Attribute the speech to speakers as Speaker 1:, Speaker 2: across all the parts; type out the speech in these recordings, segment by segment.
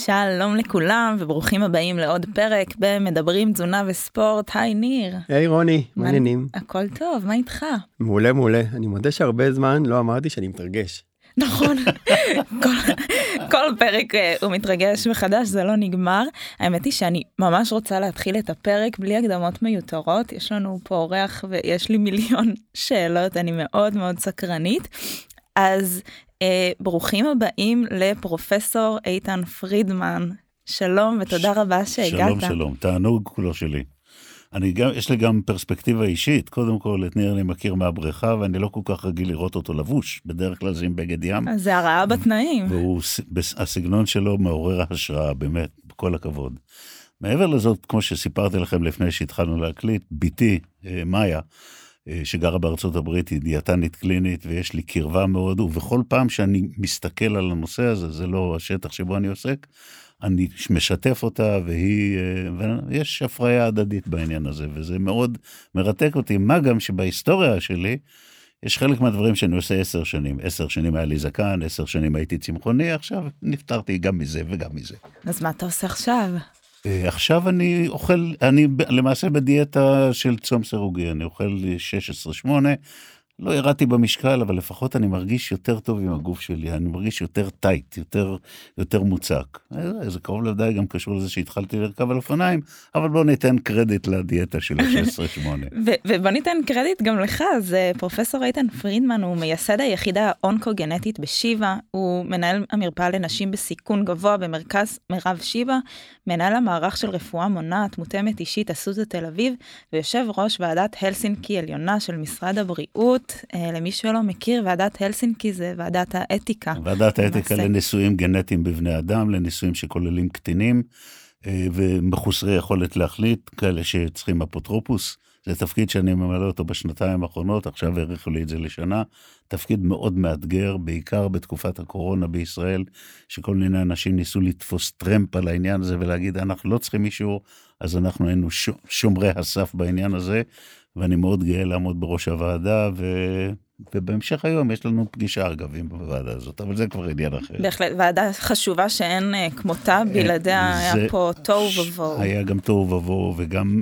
Speaker 1: שלום לכולם וברוכים הבאים לעוד פרק במדברים תזונה וספורט. היי ניר.
Speaker 2: היי רוני, מה העניינים?
Speaker 1: הכל טוב, מה איתך?
Speaker 2: מעולה מעולה, אני מודה שהרבה זמן לא אמרתי שאני מתרגש.
Speaker 1: נכון, כל פרק הוא מתרגש מחדש, זה לא נגמר. האמת היא שאני ממש רוצה להתחיל את הפרק בלי הקדמות מיותרות, יש לנו פה אורח ויש לי מיליון שאלות, אני מאוד מאוד סקרנית. אז ברוכים הבאים לפרופסור איתן פרידמן, שלום ותודה רבה שהגעת.
Speaker 3: שלום, תענוג כולו שלי. יש לי גם פרספקטיבה אישית, קודם כל את ניר אני מכיר מהבריכה, ואני לא כל כך רגיל לראות אותו לבוש, בדרך כלל זה עם בגד ים.
Speaker 1: אז זה הרעה בתנאים.
Speaker 3: והסגנון שלו מעורר השראה, באמת, בכל הכבוד. מעבר לזאת, כמו שסיפרתי לכם לפני שהתחלנו להקליט, ביתי, מאיה, שגרה בארצות הברית, היא דיאטנית קלינית, ויש לי קרבה מאוד, ובכל פעם שאני מסתכל על הנושא הזה, זה לא השטח שבו אני עוסק, אני משתף אותה, ויש הפריה הדדית בעניין הזה, וזה מאוד מרתק אותי, מה גם שבהיסטוריה שלי, יש חלק מהדברים שאני עושה 10 שנים, 10 שנים היה לי זקן, 10 שנים הייתי צמחוני, עכשיו נפטרתי גם מזה וגם מזה.
Speaker 1: אז מה אתה עושה עכשיו?
Speaker 3: עכשיו אני אוכל, אני למעשה בדיאטה של צום סירוגי, אני אוכל 16-8, לא ירדתי במשקל, אבל לפחות אני מרגיש יותר טוב עם הגוף שלי, אני מרגיש יותר טייט, יותר מוצק. זה קרוב לדי גם קשור לזה שהתחלתי לרכב על אופניים, אבל בוא ניתן קרדיט לדיאטה של 16-8.
Speaker 1: ובוא ניתן קרדיט גם לך, אז פרופסור איתן פרידמן הוא מייסד היחידה האונקוגנטית בשיבא, הוא מנהל המרפאה לנשים בסיכון גבוה במרכז מירב שיבא, מנהל המערך של רפואה מונעת מותאמת אישית אסותא תל אביב, ויושב ראש ועדת הלסינקי עליונה של משרד הבריאות. למי שלא מכיר, ועדת הלסינקי זה ועדת האתיקה.
Speaker 3: ועדת האתיקה לניסויים גנטיים בבני אדם, לניסויים שכוללים קטינים, ומחוסרי יכולת להחליט, כאלה שצריכים אפוטרופוס. זה תפקיד שאני ממלא אותו בשנתיים האחרונות, עכשיו העריכו לי את זה לשנה, תפקיד מאוד מאתגר, בעיקר בתקופת הקורונה בישראל, שכל מיני אנשים ניסו לתפוס טרמפ על העניין הזה, ולהגיד, אנחנו לא צריכים אישור, אז אנחנו היינו שומרי הסף בעניין הזה, ואני מאוד גאה לעמוד בראש הוועדה, ובהמשך היום יש לנו פגישה אגבים בוועדה הזאת, אבל זה כבר עניין אחר.
Speaker 1: בהחלט, ועדה חשובה שאין כמותה, בלעדיה היה פה תוהו ובוהו.
Speaker 3: היה גם תוהו ובוהו, וגם,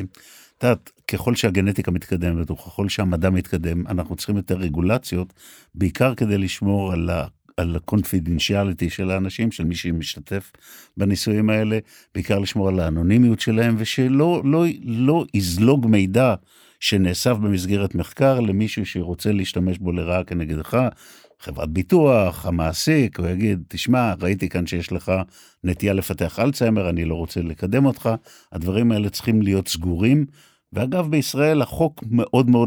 Speaker 3: ככל שהגנטיקה מתקדמת, וככל שהמדע מתקדם, אנחנו צריכים יותר רגולציות, בעיקר כדי לשמור על הקונפידנציאליטי של האנשים, של מי שמשתתף בניסויים האלה, בעיקר לשמור על האנונימיות שלהם, ושלא יזלוג מידע שנאסף במסגרת מחקר למישהו שרוצה להשתמש בו לרעה כנגדך, חברת ביטוח, המעסיק, הוא יגיד, תשמע, ראיתי כאן שיש לך נטייה לפתח אלצהיימר, אני לא רוצה לקדם אותך, הדברים האלה צריכים להיות סגורים, ואגב בישראל החוק מאוד מאוד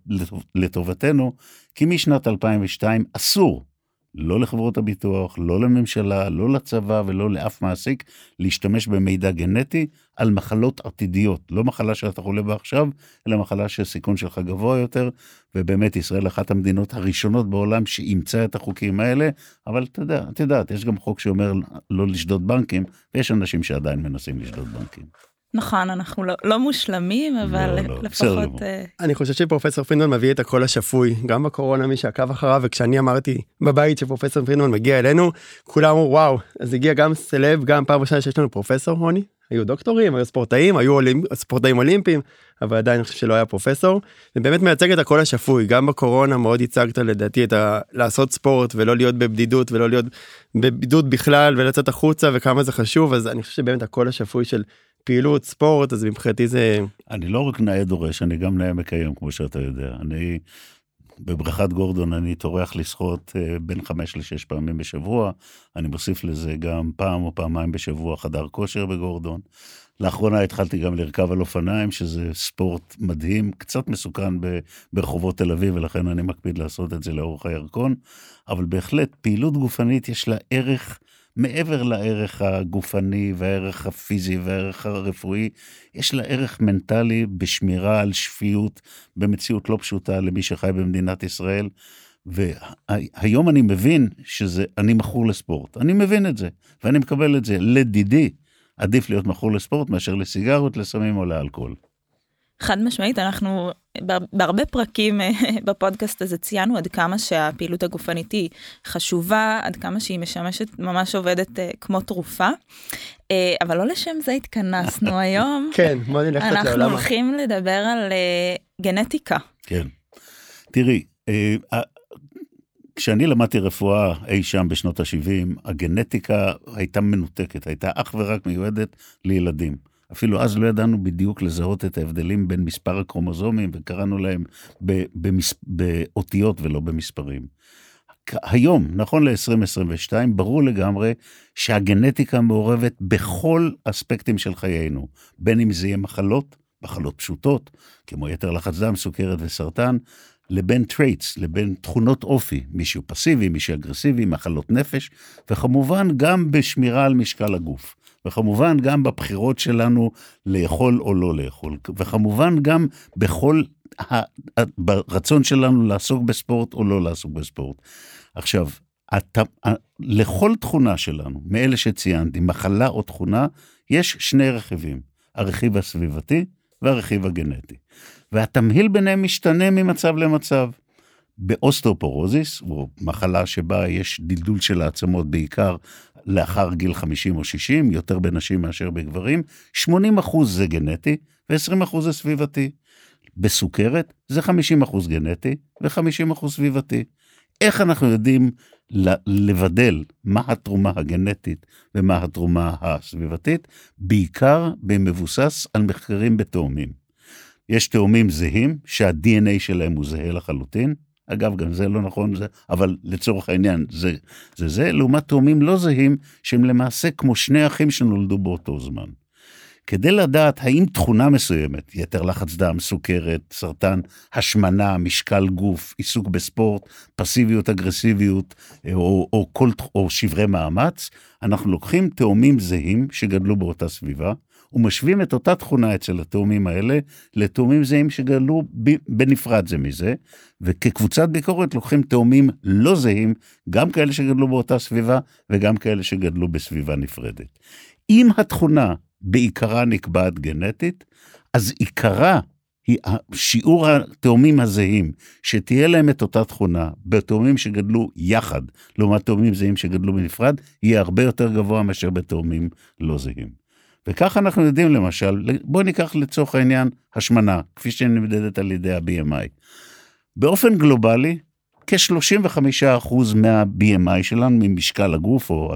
Speaker 3: לטובתנו, כי משנת 2002 אסור, לא לחברות הביטוח, לא לממשלה, לא לצבא ולא לאף מעסיק, להשתמש במידע גנטי על מחלות עתידיות, לא מחלה שאתה חולה בה עכשיו, אלא מחלה שהסיכון שלך גבוה יותר, ובאמת ישראל אחת המדינות הראשונות בעולם שאימצה את החוקים האלה, אבל אתה יודעת, יש גם חוק שאומר לא לשדוד בנקים, ויש אנשים שעדיין מנסים לשדוד בנקים.
Speaker 1: נכון, אנחנו לא מושלמים, אבל לפחות...
Speaker 2: אני חושב שפרופסור פרידמן מביא את הכל השפוי, גם בקורונה מי שעקב אחריו, וכשאני אמרתי בבית שפרופסור פרידמן מגיע אלינו, כולם אמרו וואו, אז הגיע גם סלב, גם פעם ראשונה שיש לנו פרופסור, רוני, היו דוקטורים, היו ספורטאים, היו ספורטאים אולימפיים, אבל עדיין אני חושב שלא היה פרופסור, ובאמת מייצג את הכל השפוי, גם בקורונה מאוד הצגת לדעתי את לעשות ספורט, ולא להיות בבדידות, ולא להיות בבידוד בכלל, ולצאת החוצה, וכמה זה חשוב, אז אני חושב שבאמת הכל השפוי של פעילות, ספורט, אז מבחינתי זה...
Speaker 3: אני לא רק נאה דורש, אני גם נאה מקיים, כמו שאתה יודע. אני, בבריכת גורדון, אני טורח לשחות בין 5 ל-6 פעמים בשבוע, אני מוסיף לזה גם פעם או פעמיים בשבוע חדר כושר בגורדון. לאחרונה התחלתי גם לרכב על אופניים, שזה ספורט מדהים, קצת מסוכן ברחובות תל אביב, ולכן אני מקפיד לעשות את זה לאורך הירקון, אבל בהחלט פעילות גופנית יש לה ערך מעבר לערך הגופני והערך הפיזי והערך הרפואי, יש לה ערך מנטלי בשמירה על שפיות במציאות לא פשוטה למי שחי במדינת ישראל, והיום אני מבין שאני מכור לספורט, אני מבין את זה, ואני מקבל את זה לדידי, עדיף להיות מכור לספורט מאשר לסיגרות, לסמים או לאלכוהול.
Speaker 1: חד משמעית, אנחנו בהרבה פרקים בפודקאסט הזה ציינו עד כמה שהפעילות הגופנית היא חשובה, עד כמה שהיא משמשת, ממש עובדת כמו תרופה, אבל לא לשם זה התכנסנו היום.
Speaker 2: כן, בוא נלך קצת לעולם.
Speaker 1: אנחנו הולכים לדבר על גנטיקה.
Speaker 3: כן. תראי, כשאני למדתי רפואה אי שם בשנות ה-70, הגנטיקה הייתה מנותקת, הייתה אך ורק מיועדת לילדים. אפילו אז לא ידענו בדיוק לזהות את ההבדלים בין מספר הקרומוזומים, וקראנו להם באותיות ולא במספרים. היום, נכון ל-2022, ברור לגמרי שהגנטיקה מעורבת בכל אספקטים של חיינו, בין אם זה יהיה מחלות פשוטות, כמו יתר לחץ דם, סוכרת וסרטן, לבין טרייטס, לבין תכונות אופי, מישהו פסיבי, מישהו אגרסיבי, מחלות נפש, וכמובן גם בשמירה על משקל הגוף. וכמובן גם בבחירות שלנו לאכול או לא לאכול, וכמובן גם ברצון שלנו לעסוק בספורט או לא לעסוק בספורט. עכשיו, לכל תכונה שלנו, מאלה שציינתי, מחלה או תכונה, יש שני רכיבים, הרכיב הסביבתי והרכיב הגנטי. והתמהיל ביניהם משתנה ממצב למצב. באוסטאופורוזיס, או מחלה שבה יש דלדול של העצמות בעיקר לאחר גיל 50 או 60, יותר בנשים מאשר בגברים, 80% זה גנטי ו-20% זה סביבתי. בסוכרת זה 50% גנטי ו-50% סביבתי. איך אנחנו יודעים לבדל מה התרומה הגנטית ומה התרומה הסביבתית? בעיקר במבוסס על מחקרים בתאומים. יש תאומים זהים שה-DNA שלהם הוא זהה לחלוטין, אגב, גם זה לא נכון, אבל לצורך העניין, זה, לעומת תאומים לא זהים, שהם למעשה כמו שני אחים שנולדו באותו זמן. כדי לדעת האם תכונה מסוימת, יתר לחץ דם, סוכרת, סרטן, השמנה, משקל גוף, עיסוק בספורט, פסיביות, אגרסיביות, או שברי מאמץ, אנחנו לוקחים תאומים זהים שגדלו באותה סביבה, ומשווים את אותה תכונה אצל התאומים האלה, לתאומים זהים שגדלו בנפרד זה מזה, וכקבוצת ביקורת לוקחים תאומים לא זהים, גם כאלה שגדלו באותה סביבה, וגם כאלה שגדלו בסביבה נפרדת. אם התכונה בעיקרה נקבעת גנטית, אז עיקרה היא שיעור התאומים הזהים, שתהיה להם את אותה תכונה, בתאומים שגדלו יחד, לעומת תאומים זהים שגדלו בנפרד, יהיה הרבה יותר גבוה מאשר בתאומים לא זהים. וכך אנחנו יודעים למשל, בואו ניקח לצורך העניין השמנה, כפי שנמדדת על ידי ה-BMI. באופן גלובלי, כ-35% מה-BMI שלנו, ממשקל הגוף, או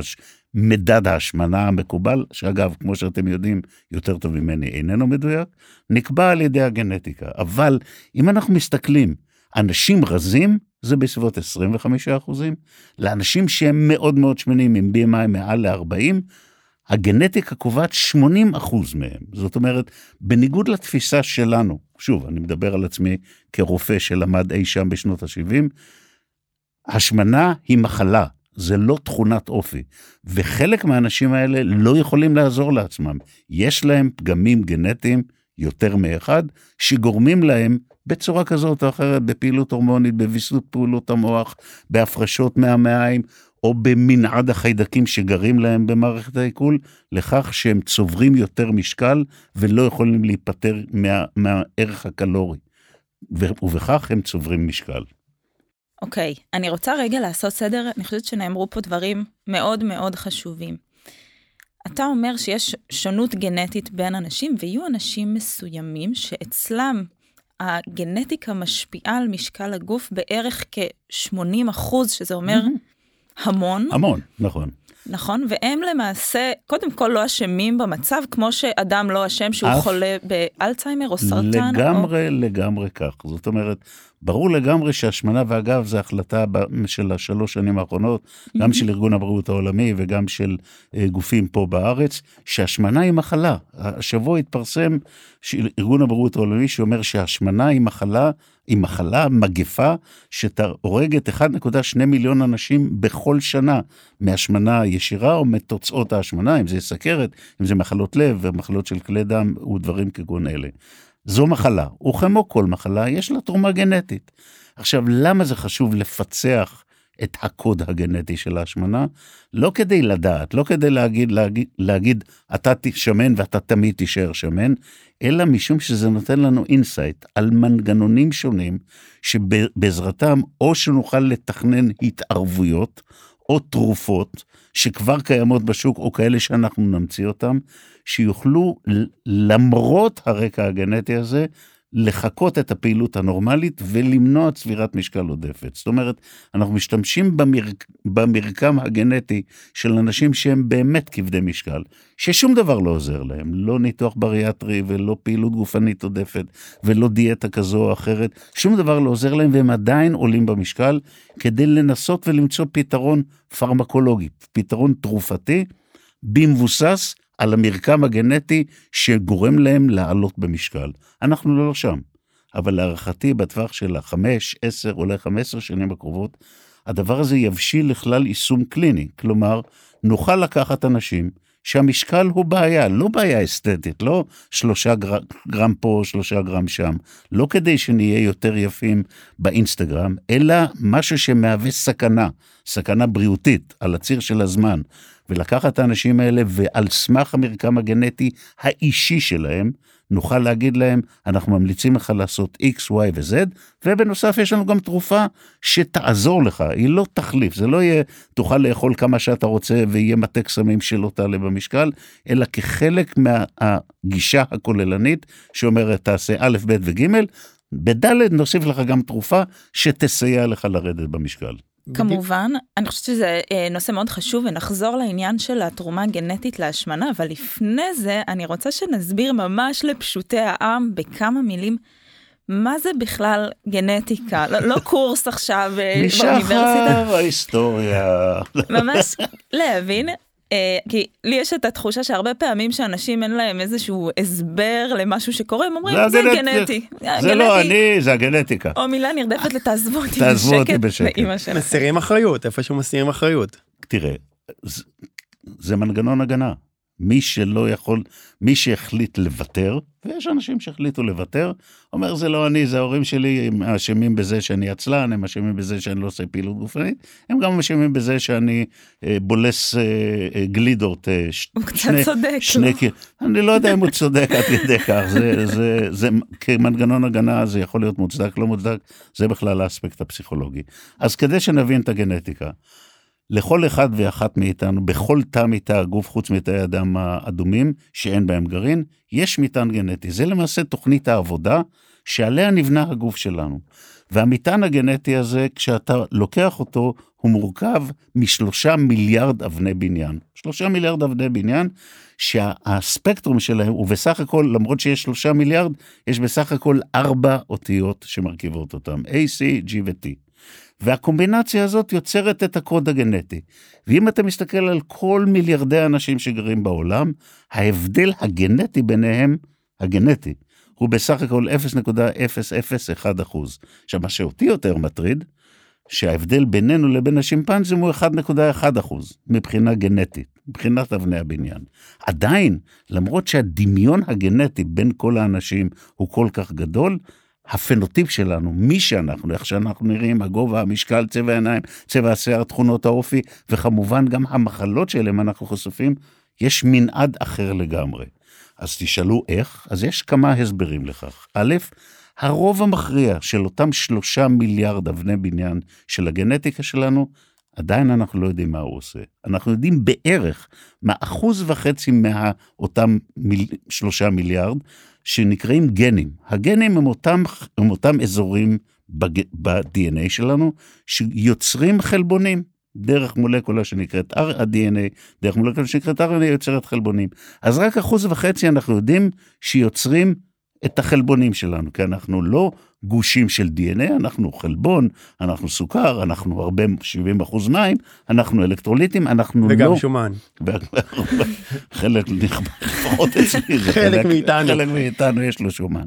Speaker 3: מדד ההשמנה המקובל, שאגב, כמו שאתם יודעים, יותר טוב ממני איננו מדויק, נקבע על ידי הגנטיקה. אבל אם אנחנו מסתכלים, אנשים רזים, זה בסביבות 25%, לאנשים שהם מאוד מאוד שמנים, עם BMI מעל ל-40, הגנטיקה קובעת 80% מהם. זאת אומרת, בניגוד לתפיסה שלנו, שוב, אני מדבר על עצמי כרופא שלמד אי שם בשנות ה-70, השמנה היא מחלה, זה לא תכונת אופי, וחלק מהאנשים האלה לא יכולים לעזור לעצמם. יש להם פגמים גנטיים יותר מאחד, שגורמים להם בצורה כזאת או אחרת, בפעילות הורמונית, בוויסות פעולות המוח, בהפרשות מהמעיים, או במנעד החיידקים שגרים להם במערכת העיכול, לכך שהם צוברים יותר משקל, ולא יכולים להיפטר מהערך הקלורי, ובכך הם צוברים משקל.
Speaker 1: אוקיי, אני רוצה רגע לעשות סדר, אני חושבת שנאמרו פה דברים מאוד מאוד חשובים. אתה אומר שיש שונות גנטית בין אנשים, ויהיו אנשים מסוימים שאצלם הגנטיקה משפיעה על משקל הגוף בערך כ-80%, שזה אומר המון.
Speaker 3: המון, נכון.
Speaker 1: נכון, והם למעשה, קודם כל לא אשמים במצב, כמו שאדם לא אשם שהוא חולה באלצהיימר או סרטן.
Speaker 3: לגמרי כך. זאת אומרת, ברור לגמרי שהשמנה, ואגב, זו החלטה של 3 שנים האחרונות, גם של ארגון הבריאות העולמי וגם של גופים פה בארץ, שהשמנה היא מחלה. השבוע התפרסם ארגון הבריאות העולמי שאומר שהשמנה היא מחלה מגפה שהורגת 1.2 מיליון אנשים בכל שנה מהשמנה ישירה או מתוצאות ההשמנה, אם זה סכרת, אם זה מחלות לב ומחלות של כלי דם ודברים כגון אלה. זו מחלה, וכמו כל מחלה יש לה תרומה גנטית. עכשיו, למה זה חשוב לפצח את הקוד הגנטי של ההשמנה, לא כדי לדעת, לא כדי להגיד אתה שמן ואתה תמיד תישאר שמן, אלא משום שזה נותן לנו אינסייט על מנגנונים שונים, שבעזרתם או שנוכל לתכנן התערבויות, או תרופות שכבר קיימות בשוק, או כאלה שאנחנו נמציא אותם, שיוכלו למרות הרקע הגנטי הזה, לחכות את הפעילות הנורמלית, ולמנוע צבירת משקל עודפת. זאת אומרת, אנחנו משתמשים במרקם הגנטי של אנשים שהם באמת כבדי משקל, ששום דבר לא עוזר להם, לא ניתוח בריאטרי, ולא פעילות גופנית עודפת, ולא דיאטה כזו או אחרת, שום דבר לא עוזר להם, והם עדיין עולים במשקל, כדי לנסות ולמצוא פתרון פרמקולוגי, פתרון תרופתי, במבוסס על המרקם הגנטי שגורם להם לעלות במשקל. אנחנו לא שם, אבל להערכתי בטווח של 5, 10, אולי 15 שנים הקרובות, הדבר הזה יבשיל לכלל יישום קליני, כלומר, נוכל לקחת אנשים שהמשקל הוא בעיה, לא בעיה אסתטית, לא 3 גרם פה, 3 גרם שם, לא כדי שנהיה יותר יפים באינסטגרם, אלא משהו שמהווה סכנה בריאותית על הציר של הזמן, ולקחת את האנשים האלה, ועל סמך המרקם הגנטי האישי שלהם, נוכל להגיד להם, אנחנו ממליצים לך לעשות X, Y ו-Z, ובנוסף יש לנו גם תרופה שתעזור לך, היא לא תחליף, זה לא יהיה, תוכל לאכול כמה שאתה רוצה, ויהיה מטה קסמים שלא תעלה במשקל, אלא כחלק מהגישה הכוללנית, שאומרת, תעשה א', ב' וג', בד' נוסיף לך גם תרופה, שתסייע לך לרדת במשקל.
Speaker 1: כמובן, אני חושבת שזה נושא מאוד חשוב, ונחזור לעניין של התרומה הגנטית להשמנה, אבל לפני זה אני רוצה שנסביר ממש לפשוטי העם בכמה מילים, מה זה בכלל גנטיקה? לא קורס עכשיו באוניברסיטה.
Speaker 3: משחר ההיסטוריה.
Speaker 1: ממש להבין, כי לי יש את התחושה שהרבה פעמים שאנשים אין להם איזשהו הסבר למשהו שקורה, הם אומרים, זה גנטי.
Speaker 3: זה לא אני, זה הגנטיקה.
Speaker 1: או מילה נרדפת לתעזבו אותי
Speaker 3: בשקט.
Speaker 2: מסירים אחריות, איפשהו מסירים אחריות.
Speaker 3: תראה, זה מנגנון הגנה. מי שלא יכול, מי שהחליט לוותר, ויש אנשים שהחליטו לוותר, אומר זה לא אני, זה ההורים שלי, הם אשמים בזה שאני עצלן, הם אשמים בזה שאני לא עושה פעילות גופנית, הם גם אשמים בזה שאני בולס גלידות.
Speaker 1: הוא קצת צודק, לא?
Speaker 3: אני לא יודע אם הוא צודק עד כדי כך, זה כמנגנון הגנה, זה יכול להיות מוצדק, לא מוצדק, זה בכלל האספקט הפסיכולוגי. אז כדי שנבין את הגנטיקה, לכל אחד ואחת מאיתנו, בכל תא מתא הגוף, חוץ מתאי הדם האדומים, שאין בהם גרעין, יש מטען גנטי. זה למעשה תוכנית העבודה, שעליה נבנה הגוף שלנו. והמטען הגנטי הזה, כשאתה לוקח אותו, הוא מורכב מ3 מיליארד אבני בניין. 3 מיליארד אבני בניין, שהספקטרום שלהם הוא בסך הכל, למרות שיש 3 מיליארד, יש בסך הכל 4 אותיות שמרכיבות אותם, A, C, G ו-T. והקומבינציה הזאת יוצרת את הקוד הגנטי. ואם אתה מסתכל על כל מיליארדי האנשים שגרים בעולם, ההבדל הגנטי ביניהם, הגנטי, הוא בסך הכל 0.001%. עכשיו, מה שאותי יותר מטריד, שההבדל בינינו לבין השימפנזים הוא 1.1% מבחינה גנטית, מבחינת אבני הבניין. עדיין, למרות שהדמיון הגנטי בין כל האנשים הוא כל כך גדול, הפנוטיפ שלנו, מי שאנחנו, איך שאנחנו נראים, הגובה, המשקל, צבע העיניים, צבע השיער, תכונות האופי, וכמובן גם המחלות שלהם אנחנו חושפים, יש מנעד אחר לגמרי. אז תשאלו איך, אז יש כמה הסברים לכך. א', הרוב המכריע של אותם 3 מיליארד אבני בניין של הגנטיקה שלנו, עדיין אנחנו לא יודעים מה הוא עושה. אנחנו יודעים בערך מה 1.5% מאותם 3 מיליארד, שנקראים גנים. הגנים הם אותם אזורים ב-DNA שלנו, שיוצרים חלבונים, דרך מולקולה שנקראת ה-DNA, דרך מולקולה שנקראת RNA יוצרת חלבונים. אז רק 1.5% אנחנו יודעים שיוצרים את החלבונים שלנו, כי אנחנו לא גושים של DNA, אנחנו חלבון, אנחנו סוכר, אנחנו הרבה 70% מים, אנחנו אלקטרוליטים, אנחנו
Speaker 2: וגם
Speaker 3: לא...
Speaker 2: שומן.
Speaker 3: חלק לפחות אצלי,
Speaker 2: חלק מאיתנו.
Speaker 3: חלק מאיתנו יש לו שומן.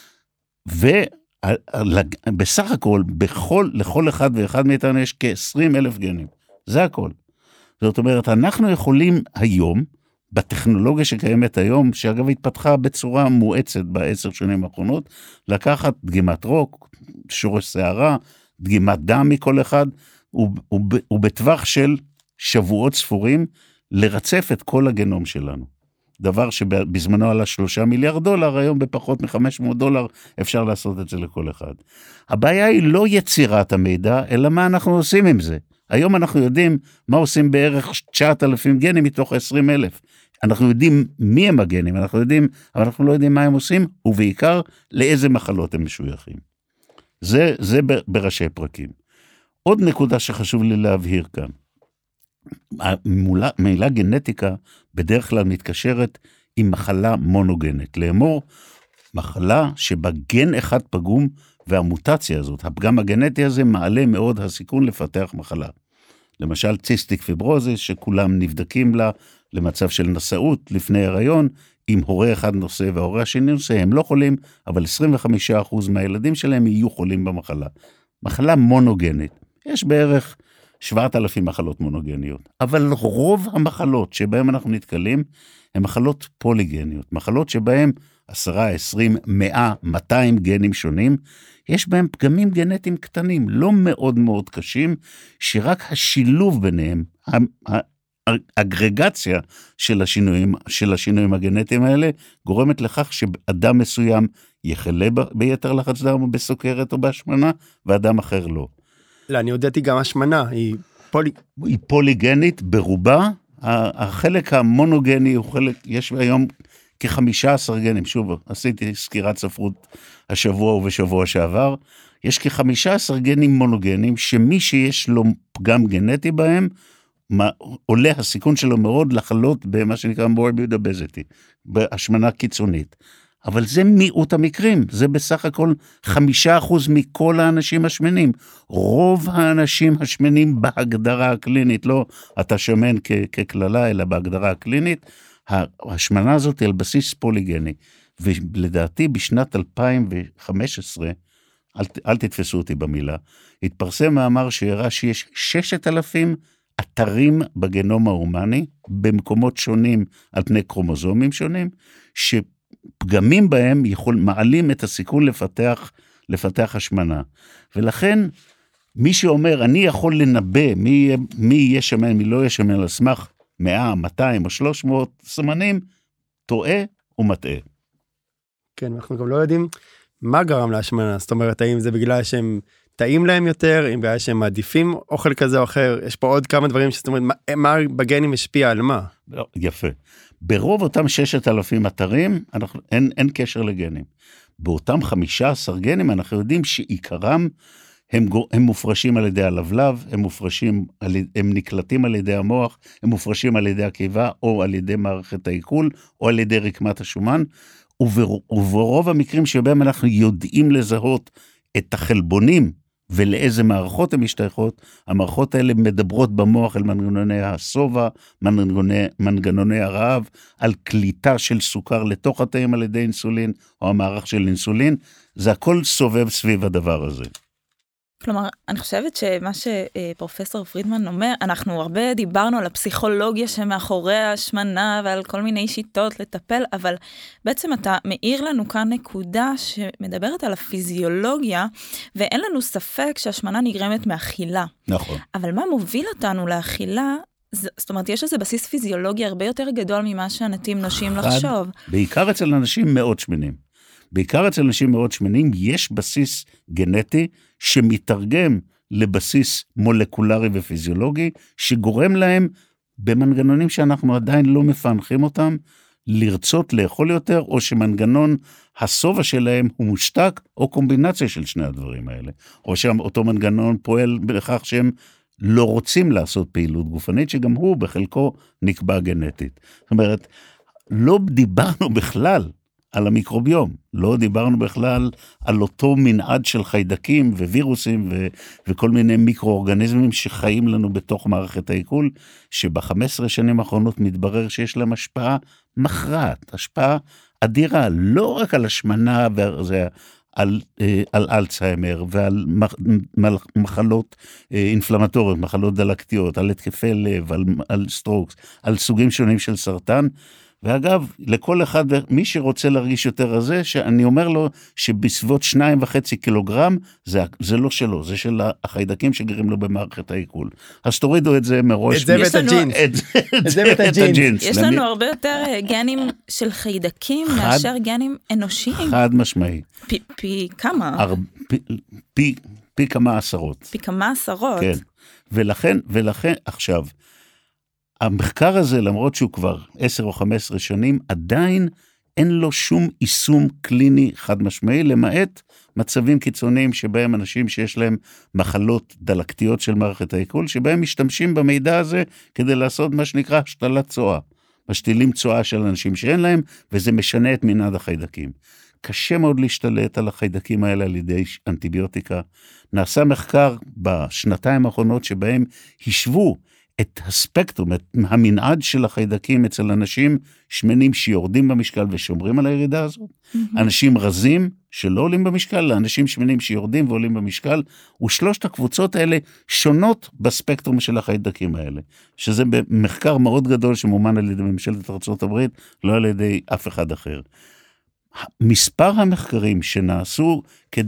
Speaker 3: ובסך הכל, לכל אחד ואחד מאיתנו יש כ-20,000 גנים. זה הכל. זאת אומרת, אנחנו יכולים היום, בטכנולוגיה שקיימת היום, שאגב התפתחה בצורה מואצת ב10 שנים האחרונות, לקחת דגימת רוק, שורש שערה, דגימת דם מכל אחד, הוא בטווח של שבועות ספורים לרצף את כל הגנום שלנו. דבר שבזמנו עלה $3 מיליארד, היום בפחות $500 אפשר לעשות את זה לכל אחד. הבעיה היא לא יצירת המידע, אלא מה אנחנו עושים עם זה. היום אנחנו יודעים מה עושים בערך 9,000 גנים מתוך 20,000. אנחנו יודעים מי הם הגנים, אנחנו יודעים, אבל אנחנו לא יודעים מה הם עושים, ובעיקר לאיזה מחלות הם משויכים. זה בראשי פרקים. עוד נקודה שחשוב לי להבהיר כאן. המילה גנטיקה בדרך כלל מתקשרת עם מחלה מונוגנית. לאמור, מחלה שבה גן אחד פגום, והמוטציה הזאת, הפגם הגנטי הזה, מעלה מאוד הסיכון לפתח מחלה. למשל, ציסטיק פיברוזיס, שכולם נבדקים לה למצב של נשאות לפני הריון, אם הורה אחד נושא וההורה השני נושא, הם לא חולים, אבל 25% מהילדים שלהם יהיו חולים במחלה. מחלה מונוגנית. יש בערך 7,000 מחלות מונוגניות, אבל רוב המחלות שבהן אנחנו נתקלים, הן מחלות פוליגניות, מחלות שבהן 10, 20, 100, 200 גנים שונים, יש בהם פגמים גנטיים קטנים, לא מאוד מאוד קשים, שרק השילוב ביניהם, האגרגציה של השינויים הגנטיים האלה, גורמת לכך שאדם מסוים יחלה ביתר לחץ דם או בסוכרת או בהשמנה, ואדם אחר לא.
Speaker 2: לא, אני הודעתי גם השמנה, היא
Speaker 3: פוליגנית ברובה, החלק המונוגני הוא חלק, יש היום כ-15 גנים, שוב, עשיתי סקירת ספרות השבוע ובשבוע שעבר, יש כ-15 גנים מונוגנים, שמי שיש לו פגם גנטי בהם, עולה הסיכון שלו מאוד לחלות במה שנקרא morbid obesity, בהשמנה קיצונית. אבל זה מיעוט המקרים, זה בסך הכל 5% מכל האנשים השמנים. רוב האנשים השמנים בהגדרה הקלינית, לא אתה שמן ככללה, אלא בהגדרה הקלינית, ההשמנה הזאת היא על בסיס פוליגני. ולדעתי בשנת 2015, אל תתפסו אותי במילה, התפרסם מאמר שהראה שיש 6,000 אתרים בגנום ההומני, במקומות שונים על פני קרומוזומים שונים, שפגמים בהם מעלים את הסיכון לפתח השמנה. ולכן, מי שאומר, אני יכול לנבא מי יהיה שמן, מי לא יהיה שמן, על סמך 100, 200 או 300 סימנים, טועה ומטעה.
Speaker 2: כן, אנחנו גם לא יודעים מה גרם להשמנה, זאת אומרת, האם זה בגלל שהם טעים להם יותר, אם בגלל שהם מעדיפים אוכל כזה או אחר, יש פה עוד כמה דברים זאת אומרת, מה בגנים משפיע על מה?
Speaker 3: לא, יפה. ברוב אותם 6,000 אתרים, אין קשר לגנים. באותם 15 גנים, אנחנו יודעים שעיקרם, הם מופרשים על ידי הלבלב, הם נקלטים על ידי המוח, הם מופרשים על ידי הקיבה, או על ידי מערכת העיכול, או על ידי רקמת השומן, וברוב המקרים שבהם אנחנו יודעים לזהות את החלבונים, ולאיזה מערכות הן משתייכות, המערכות האלה מדברות במוח על מנגנוני הסובה, מנגנוני הרעב, על קליטה של סוכר לתוך התאים על ידי אינסולין, או המערך של אינסולין, זה הכל סובב סביב הדבר הזה.
Speaker 1: כלומר, אני חושבת שמה שפרופסור פרידמן אומר, אנחנו הרבה דיברנו על הפסיכולוגיה שמאחורי ההשמנה ועל כל מיני שיטות לטפל, אבל בעצם אתה מאיר לנו כאן נקודה שמדברת על הפיזיולוגיה, ואין לנו ספק שהשמנה נגרמת מאכילה.
Speaker 3: נכון.
Speaker 1: אבל מה מוביל אותנו לאכילה? זאת אומרת, יש לזה בסיס פיזיולוגי הרבה יותר גדול ממה שאנשים נושים לחשוב.
Speaker 3: בעיקר אצל אנשים מאוד שמנים. בעיקר אצל אנשים מאוד שמנים, יש בסיס גנטי שמתרגם לבסיס מולקולרי ופיזיולוגי, שגורם להם במנגנונים שאנחנו עדיין לא מפענחים אותם, לרצות לאכול יותר, או שמנגנון הסובה שלהם הוא מושתק, או קומבינציה של שני הדברים האלה. או שאותו מנגנון פועל בכך שהם לא רוצים לעשות פעילות גופנית, שגם הוא בחלקו נקבע גנטית. זאת אומרת, לא דיברנו בכלל על המיקרוביום, לא דיברנו בכלל על אותו מנעד של חיידקים ווירוסים וכל מיני מיקרואורגניזמים שחיים לנו בתוך מערכת העיכול, שב-15 שנים האחרונות מתברר שיש להם השפעה מכרעת, השפעה אדירה, לא רק על השמנה על אלצהיימר ועל מחלות אינפלמטוריות, מחלות דלקתיות, על התקפי לב, על סטרוקס, על סוגים שונים של סרטן, ואגב, לכל אחד, מי שרוצה להרגיש יותר רזה, שאני אומר לו שבסביבות 2.5 קילוגרם, זה לא שלו, זה של החיידקים שגרים לו במערכת העיכול. אז תורידו את זה מראש.
Speaker 2: את זה ואת הג'ינס.
Speaker 3: את זה ואת הג'ינס.
Speaker 1: יש לנו הרבה יותר גנים של חיידקים מאשר גנים אנושיים.
Speaker 3: חד משמעי.
Speaker 1: פי כמה?
Speaker 3: פי כמה עשרות.
Speaker 1: פי כמה עשרות.
Speaker 3: כן. ולכן עכשיו, המחקר הזה, למרות שהוא כבר 10 או 15 שנים, עדיין אין לו שום יישום קליני חד משמעי, למעט מצבים קיצוניים שבהם אנשים שיש להם מחלות דלקתיות של מערכת העיכול, שבהם משתמשים במידע הזה כדי לעשות מה שנקרא השתלת צואה. משתילים צואה של אנשים שאין להם, וזה משנה את מנעד החיידקים. קשה מאוד להשתלט על החיידקים האלה על ידי אנטיביוטיקה. נעשה מחקר בשנתיים האחרונות שבהם השוו את הספקטרום, את המנעד של החיידקים אצל אנשים שמנים שיורדים במשקל ושומרים על הירידה הזאת, אנשים רזים שלא עולים במשקל, לאנשים שמנים שיורדים ועולים במשקל, ושלושת הקבוצות האלה שונות בספקטרום של החיידקים האלה, שזה במחקר מאוד גדול שמומן על ידי ממשלת ארצות הברית, לא על ידי אף אחד אחר. מספר המחקרים שנעשו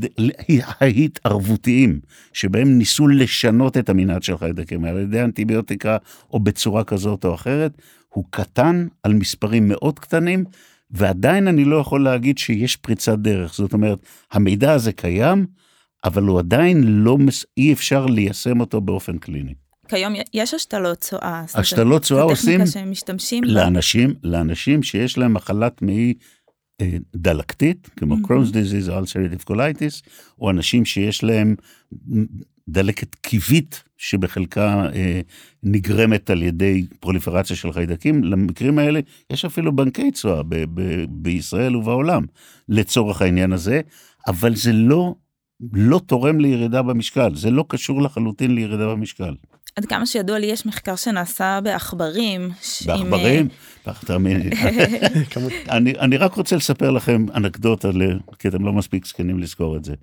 Speaker 3: ההתערבותיים, שבהם ניסו לשנות את המנעד של חיידקים על ידי אנטיביוטיקה או בצורה כזאת או אחרת, הוא קטן על מספרים מאוד קטנים, ועדיין אני לא יכול להגיד שיש פריצת דרך. זאת אומרת, המידע הזה קיים, אבל הוא עדיין אי אפשר ליישם אותו באופן קליני.
Speaker 1: כיום יש השתלות צואה.
Speaker 3: השתלות צואה עושים
Speaker 1: לאנשים
Speaker 3: שיש להם מחלת מעי דלקתית, כמו Crohn's disease, ulcerative colitis, או אנשים שיש להם דלקת קיבית, שבחלקה נגרמת על ידי פרוליפרציה של חיידקים. למקרים האלה יש אפילו בנקי צואה בישראל ובעולם, לצורך העניין הזה, אבל זה לא תורם לירידה במשקל, זה לא קשור לחלוטין לירידה במשקל.
Speaker 1: עד כמה שידוע לי, יש מחקר שנעשה בעכברים.
Speaker 3: בעכברים? אני רק רוצה לספר לכם אנקדוטה, כי אתם לא מספיק זקנים לזכור את זה.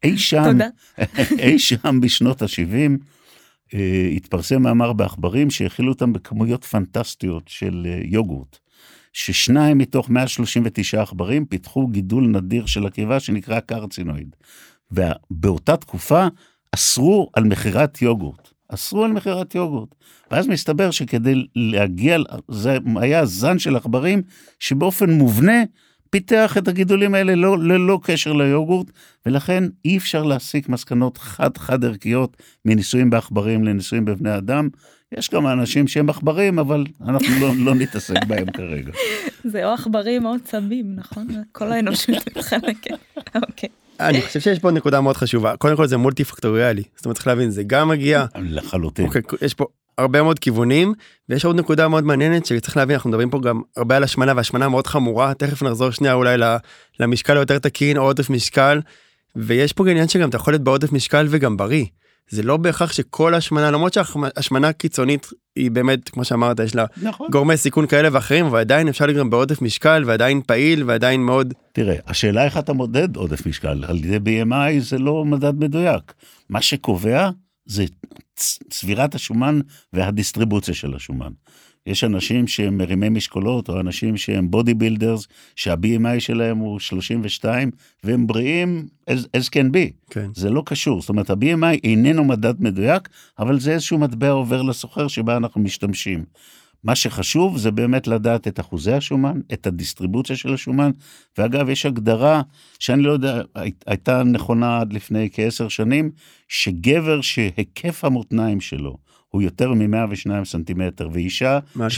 Speaker 3: אי שם בשנות ה-70, התפרסם מאמר בעכברים, שהכילו אותם בכמויות פנטסטיות של יוגורט, ששניים מתוך 139 עכברים פיתחו גידול נדיר של הקיבה, שנקרא קרצינואיד. ובאותה תקופה אסרו על מחירת יוגורט. ואז מסתבר שכדי להגיע, זה היה זן של עכברים, שבאופן מובנה פיתח את הגידולים האלה ללא קשר ליוגורט, ולכן אי אפשר להסיק מסקנות חד ערכיות מניסויים בעכברים לניסויים בבני אדם. יש כמה אנשים שהם עכברים, אבל אנחנו לא נתעסק בהם כרגע.
Speaker 1: זה או עכברים או צבים, נכון? כל האנושות מתחלקת. אוקיי.
Speaker 2: אני חושב שיש פה נקודה מאוד חשובה. קודם כל זה מולטי פקטוריאלי. זאת אומרת, צריך להבין, זה גם מגיע...
Speaker 3: לחלוטין.
Speaker 2: יש פה הרבה מאוד כיוונים, ויש עוד נקודה מאוד מעניינת שצריך להבין, אנחנו מדברים פה גם הרבה על השמנה, והשמנה מאוד חמורה. תכף נחזור שנייה אולי למשקל היותר תקין, או עודף משקל, ויש פה עניין שגם אתה יכול להיות בעודף משקל וגם בריא. זה לא בהכרח שכל השמנה, למרות שהשמנה קיצונית היא באמת, כמו שאמרת, יש לה גורמי סיכון כאלה ואחרים, ועדיין אפשר לגרום בעודף משקל, ועדיין פעיל, ועדיין מאוד...
Speaker 3: תראה, השאלה איך אתה מודד עודף משקל, על ידי BMI זה לא מדד מדויק. מה שקובע זה צבירת השומן והדיסטריבוציה של השומן. יש אנשים שהם מרימי משקולות, או אנשים שהם בודי בילדרס, שה-BMI שלהם הוא 32, והם בריאים as can be.
Speaker 2: כן.
Speaker 3: זה לא קשור. זאת אומרת, ה-BMI איננו מדד מדויק, אבל זה איזשהו מטבע עובר לסוחר שבה אנחנו משתמשים. מה שחשוב זה באמת לדעת את אחוזי השומן, את הדיסטריבוציה של השומן, ואגב, יש הגדרה שאני לא יודע, הייתה נכונה עד לפני כ10 שנים, שגבר שהיקף המותניים שלו, הוא יותר מ-102 סנטימטר, ואישה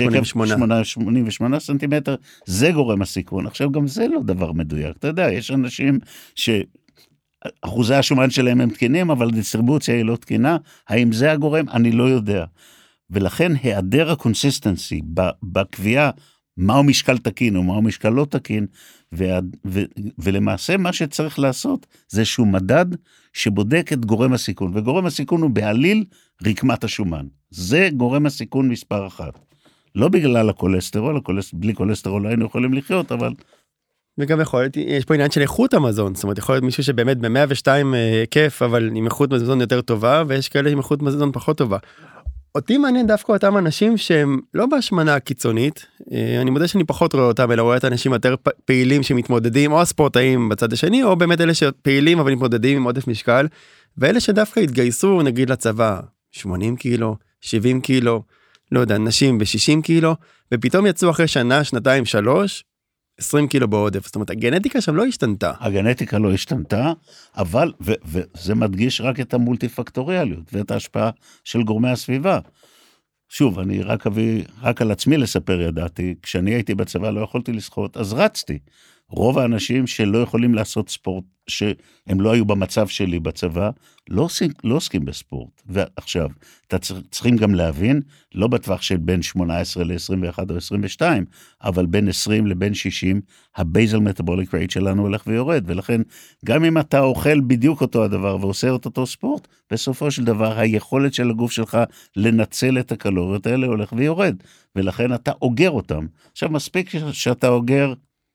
Speaker 3: 88 סנטימטר, זה גורם הסיכון. עכשיו גם זה לא דבר מדויק. אתה יודע, יש אנשים שאחוזי השומן שלהם הם תקינים, אבל הדיסטריבוציה היא לא תקינה. האם זה הגורם? אני לא יודע. ולכן היעדר הקונסיסטנסי בקביעה, מהו משקל תקין או מהו משקל לא תקין, ולמעשה מה שצריך לעשות, זה איזשהו מדד שבודק את גורם הסיכון, וגורם הסיכון הוא בעליל רקמת השומן. זה גורם הסיכון מספר 1. לא בגלל הכולסטרול, בלי כולסטרול לא היינו יכולים לחיות, אבל...
Speaker 2: וגם יכול להיות, יש פה עניין של איכות המזון, זאת אומרת, יכול להיות מישהו שבאמת ב-102 היקף, אבל עם איכות מזון יותר טובה, ויש כאלה עם איכות מזון פחות טובה. אותי מעניין דווקא אותם אנשים שהם לא בהשמנה קיצונית, אני מודה שאני פחות רואה אותם, אלא רואה את האנשים יותר פעילים שמתמודדים, או הספורטאים בצד השני, או באמת אלה שפעילים אבל מתמודדים עם עודף משקל, ואלה שדווקא התגייסו נגיד לצבא, 80 קילו, 70 קילו, לא יודע, נשים ב-60 קילו, ופתאום יצאו אחרי שנה, שנתיים, 3, 20 קילו בעודף. זאת אומרת, הגנטיקה שם לא השתנתה.
Speaker 3: הגנטיקה לא השתנתה, אבל, וזה מדגיש רק את המולטי-פקטוריאליות, ואת ההשפעה של גורמי הסביבה. שוב, אני רק על עצמי לספר ידעתי, כשאני הייתי בצבא לא יכולתי לשחות, אז רצתי. רוב האנשים שלא יכולים לעשות ספורט, שהם לא היו במצב שלי בצבא, לא עוסקים בספורט. ועכשיו, צריכים גם להבין, לא בטווח של בין 18 ל-21 או 22, אבל בין 20 לבין 60, הבייזל מטאבוליק רייט שלנו הולך ויורד, ולכן גם אם אתה אוכל בדיוק אותו הדבר ועושה אותו ספורט, בסופו של דבר היכולת של הגוף שלך לנצל את הקלוריות האלה הולך ויורד, ולכן אתה אוגר אותם. עכשיו מספיק שאתה אוגר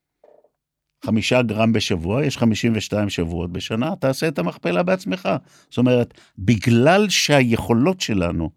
Speaker 3: 5 גרם בשבוע, יש 52 שבועות בשנה, תעשה את המכפלה בעצמך. זאת אומרת, בגלל שהיכולות שלנו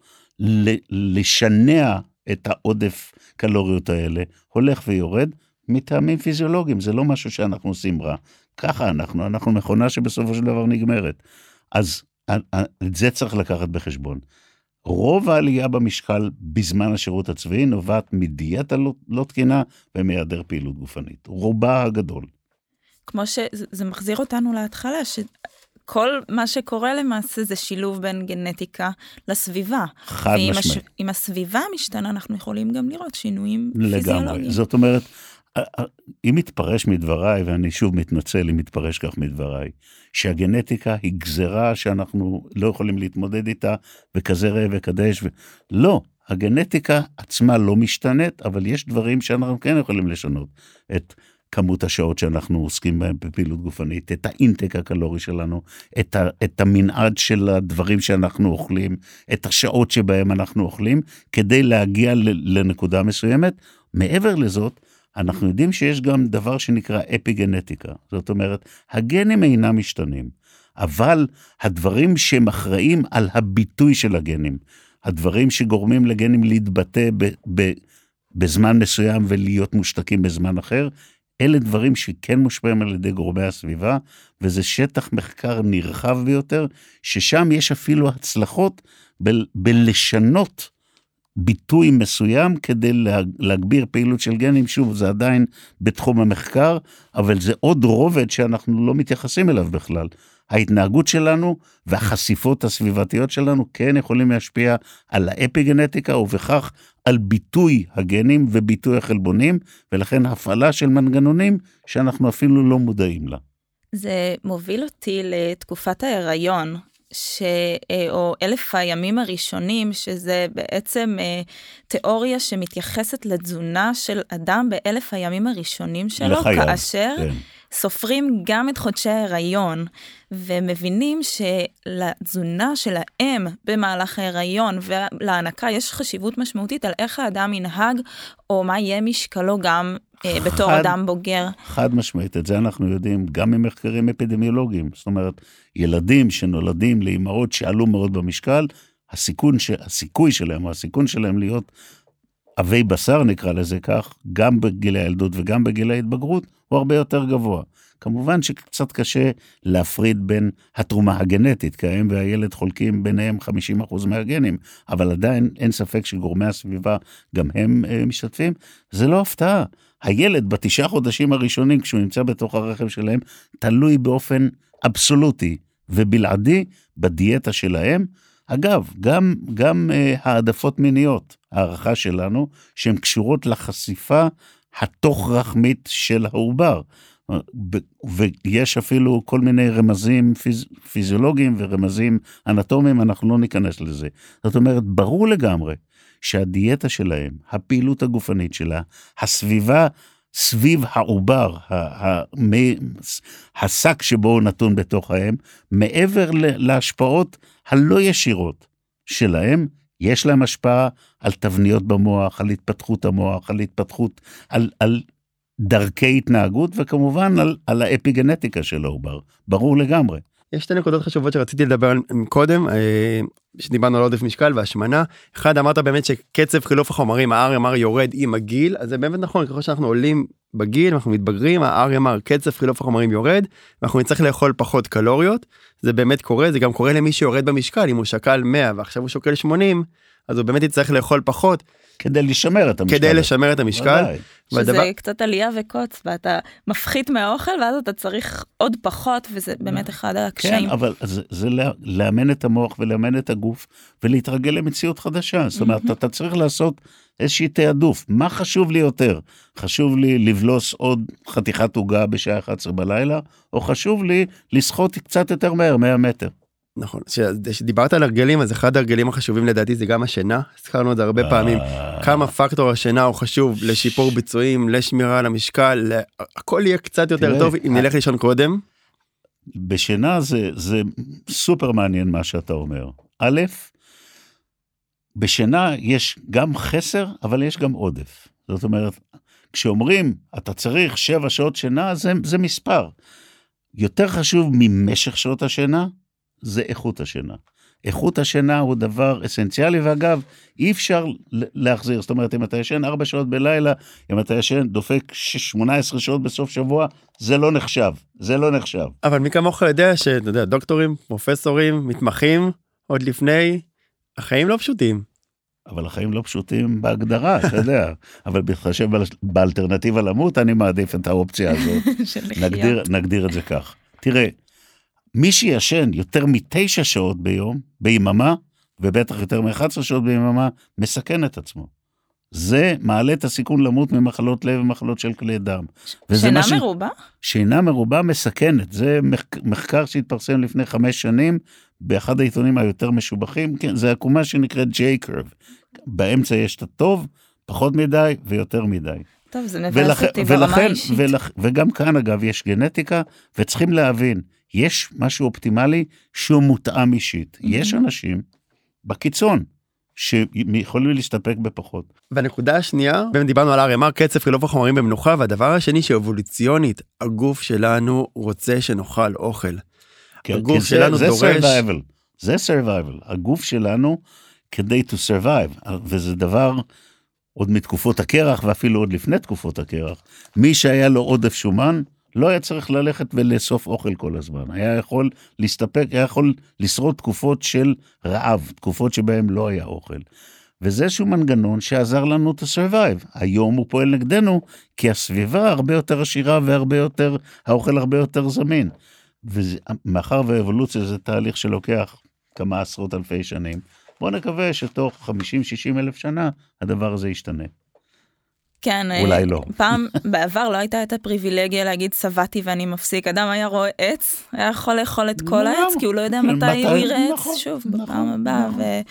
Speaker 3: לשנע את העודף קלוריות האלה, הולך ויורד, מטעמים פיזיולוגיים, זה לא משהו שאנחנו עושים רע. ככה אנחנו מכונה שבסופו של דבר נגמרת. אז את זה צריך לקחת בחשבון. רוב העלייה במשקל בזמן השירות הצבאי נובעת מדיאטה לא תקינה ומהיעדר פעילות גופנית. רובה הגדול.
Speaker 1: כמו שזה מחזיר אותנו להתחלה, שכל מה שקורה למעשה זה שילוב בין גנטיקה לסביבה.
Speaker 3: חד משמעי.
Speaker 1: אם הסביבה משתנה, אנחנו יכולים גם לראות שינויים פיזיולוגיים.
Speaker 3: לגמרי. זאת אומרת, אם מתפרש מדבריי, ואני שוב מתנצל אם מתפרש כך מדבריי, שהגנטיקה היא גזרה שאנחנו לא יכולים להתמודד איתה, וכזה ראה וקדש, לא, הגנטיקה עצמה לא משתנית, אבל יש דברים שאנחנו כן יכולים לשנות, את כמות השעות שאנחנו עוסקים בהם בפעילות גופנית, את האינטק הקלורי שלנו, את המנעד של הדברים שאנחנו אוכלים, את השעות שבהם אנחנו אוכלים, כדי להגיע לנקודה מסוימת. מעבר לזאת, אנחנו יודעים שיש גם דבר שנקרא אפיגנטיקה, זאת אומרת, הגנים אינם משתנים, אבל הדברים שמכרעים על הביטוי של הגנים, הדברים שגורמים לגנים להתבטא בזמן מסוים ולהיות מושתקים בזמן אחר, אלה דברים שכן מושפעים על ידי גורמי הסביבה, וזה שטח מחקר נרחב ביותר, ששם יש אפילו הצלחות בלשנות ביטוי מסוים כדי להגביר פעילות של גנים. שוב, זה עדיין בתחום המחקר, אבל זה עוד רובד שאנחנו לא מתייחסים אליו בכלל. ההתנהגות שלנו והחשיפות הסביבתיות שלנו כן יכולים להשפיע על האפיגנטיקה, ובכך על ביטוי הגנים וביטוי החלבונים, ולכן הפעלה של מנגנונים שאנחנו אפילו לא מודעים לה.
Speaker 1: זה מוביל אותי לתקופת ההיריון, או 1000 הימים הראשונים, שזה בעצם תיאוריה שמתייחסת לתזונה של אדם ב1000 הימים הראשונים שלו, לחייו, כאשר כן. סופרים גם את חודשי ההיריון, ומבינים שלתזונה של האם במהלך ההיריון ולהנקה יש חשיבות משמעותית על איך האדם ינהג, או מה יהיה משקלו גם בתור אדם בוגר. חד
Speaker 3: משמעית, את זה אנחנו יודעים גם ממחקרים אפידמיולוגיים. זאת אומרת, ילדים שנולדים לאמהות שעלו מאוד במשקל, הסיכוי שלהם, או הסיכון שלהם להיות אבי בשר, נקרא לזה כך, גם בגיל הילדות וגם בגיל ההתבגרות, הוא הרבה יותר גבוה. כמובן שקצת קשה להפריד בין התרומה הגנטית, כי האם והילד חולקים ביניהם 50% מהגנים, אבל עדיין אין ספק שגורמי הסביבה גם הם משתתפים. זה לא הפתעה. הילד ב9 חודשים הראשונים, כשהוא נמצא בתוך הרחם שלהם, תלוי באופן אבסולוטי ובלעדי בדיאטה שלהם. אגב, גם העדפות מיניות, הערכה שלנו, שהן קשורות לחשיפה התוך רחמית של העובר. ויש אפילו כל מיני רמזים פיזיולוגיים ורמזים אנטומיים, אנחנו לא ניכנס לזה. זאת אומרת, ברור לגמרי שהדיאטה שלהם, הפעילות הגופנית שלה, הסביבה סביב העובר, השק שבו הוא נתון בתוכם, מעבר להשפעות הלא ישירות שלהם, יש להם השפעה על תבניות במוח, על התפתחות המוח, על התפתחות, על דרכי התנהגות, וכמובן על האפיגנטיקה של העובר. ברור לגמרי.
Speaker 2: יש 2 נקודות חשובות שרציתי לדבר קודם. שדיברנו על עודף משקל והשמנה. אחד, אמרת באמת שקצב חילוף החומרים, ה-RMR יורד עם הגיל, אז זה באמת נכון, ככל שאנחנו עולים בגיל, אנחנו מתבגרים, ה-RMR, קצב חילוף החומרים יורד, ואנחנו נצטרך לאכול פחות קלוריות, זה באמת קורה, זה גם קורה למי שיורד במשקל, אם הוא שקל 100 ועכשיו הוא שוקל 80, אז הוא באמת יצטרך לאכול פחות.
Speaker 3: כדי לשמר את המשקל.
Speaker 2: כדי לשמר את המשקל.
Speaker 1: שזה קצת עלייה וקוץ, ואתה מפחית מהאוכל, ואז אתה צריך עוד פחות, וזה באמת אחד הקשיים.
Speaker 3: כן, אבל זה לאמן את המוח ולאמן את הגוף, ולהתרגל למציאות חדשה. זאת אומרת, אתה צריך לעשות איזושהי תעדוף. מה חשוב לי יותר? חשוב לי לבלוס עוד חתיכת עוגה בשעה 11 בלילה, או חשוב לי לשחות קצת יותר מהר, 100 מטר.
Speaker 2: נכון, שדיברת על הרגלים, אז אחד הרגלים החשובים לדעתי זה גם השינה, הזכרנו את זה הרבה פעמים, כמה פקטור השינה הוא חשוב לשיפור ביצועים, לשמירה על המשקל, הכל יהיה קצת יותר טוב אם נלך לישון קודם.
Speaker 3: בשינה זה סופר מעניין מה שאתה אומר. א', בשינה יש גם חסר, אבל יש גם עודף. זאת אומרת, כשאומרים, אתה צריך 7 שעות שינה, זה מספר. יותר חשוב ממשך שעות השינה, זה איכות השינה. איכות השינה הוא דבר אסנציאלי, ואגב, אי אפשר להחזיר. זאת אומרת, אם אתה ישן 4 שעות בלילה, אם אתה ישן דופק 18 שעות בסוף שבוע, זה לא נחשב. זה לא נחשב. אבל
Speaker 2: מי כמוך יודע שאתה יודע, דוקטורים, פרופסורים, מתמחים, עוד לפני, החיים לא פשוטים.
Speaker 3: אבל החיים לא פשוטים בהגדרה, אתה יודע. אבל בהתחשב באלטרנטיבה למות, אני מעדיף את האופציה הזאת. נגדיר את זה כך. תראה, מי שישן יותר מ9 שעות ביממה, ובטח יותר מ11 שעות ביממה, מסכן את עצמו. זה מעלה את הסיכון למות ממחלות לב ומחלות של כלי דם.
Speaker 1: שינה מרובה?
Speaker 3: שינה מרובה מסכנת. זה מחקר שהתפרסם לפני 5 שנים, באחד העיתונים היותר משובחים, כן, זה עקומה שנקראת J-Curve. באמצע יש את הטוב, פחות מדי ויותר מדי.
Speaker 1: טוב, זה מבאס אותי ברמה אישית.
Speaker 3: וגם כאן אגב יש גנטיקה, וצריכים להבין, יש משהו אופטימלי שהוא מותאם אישית. יש אנשים בקיצון שיכולים להסתפק בפחות.
Speaker 2: והנקודה השנייה, באמת דיברנו על RMR, קצב חילוף החומרים במנוחה, והדבר השני שאבולוציונית, הגוף שלנו רוצה שנאכל אוכל. הגוף שלנו דורש...
Speaker 3: זה survival. הגוף שלנו כדי to survive, וזה דבר עוד מתקופות הקרח, ואפילו עוד לפני תקופות הקרח. מי שהיה לו עודף שומן, לא היה צריך ללכת ולאסוף אוכל כל הזמן. היה יכול להסתפק, היה יכול לשרוד תקופות של רעב, תקופות שבהן לא היה אוכל. וזה שהוא מנגנון שעזר לנו to survive. היום הוא פועל נגדנו, כי הסביבה הרבה יותר עשירה, האוכל הרבה יותר זמין. ומאחר והאבולוציה זה תהליך שלוקח כמה עשרות אלפי שנים, בוא נקווה שתוך 50-60 אלף שנה, הדבר הזה ישתנה.
Speaker 1: כן,
Speaker 3: אולי לא.
Speaker 1: פעם בעבר לא הייתה את הפריבילגיה להגיד סבתי ואני מפסיק. אדם היה רואה עץ, היה יכול לאכול את כל העץ, כי הוא לא יודע מתי הוא יראה עץ שוב בפעם הבאה.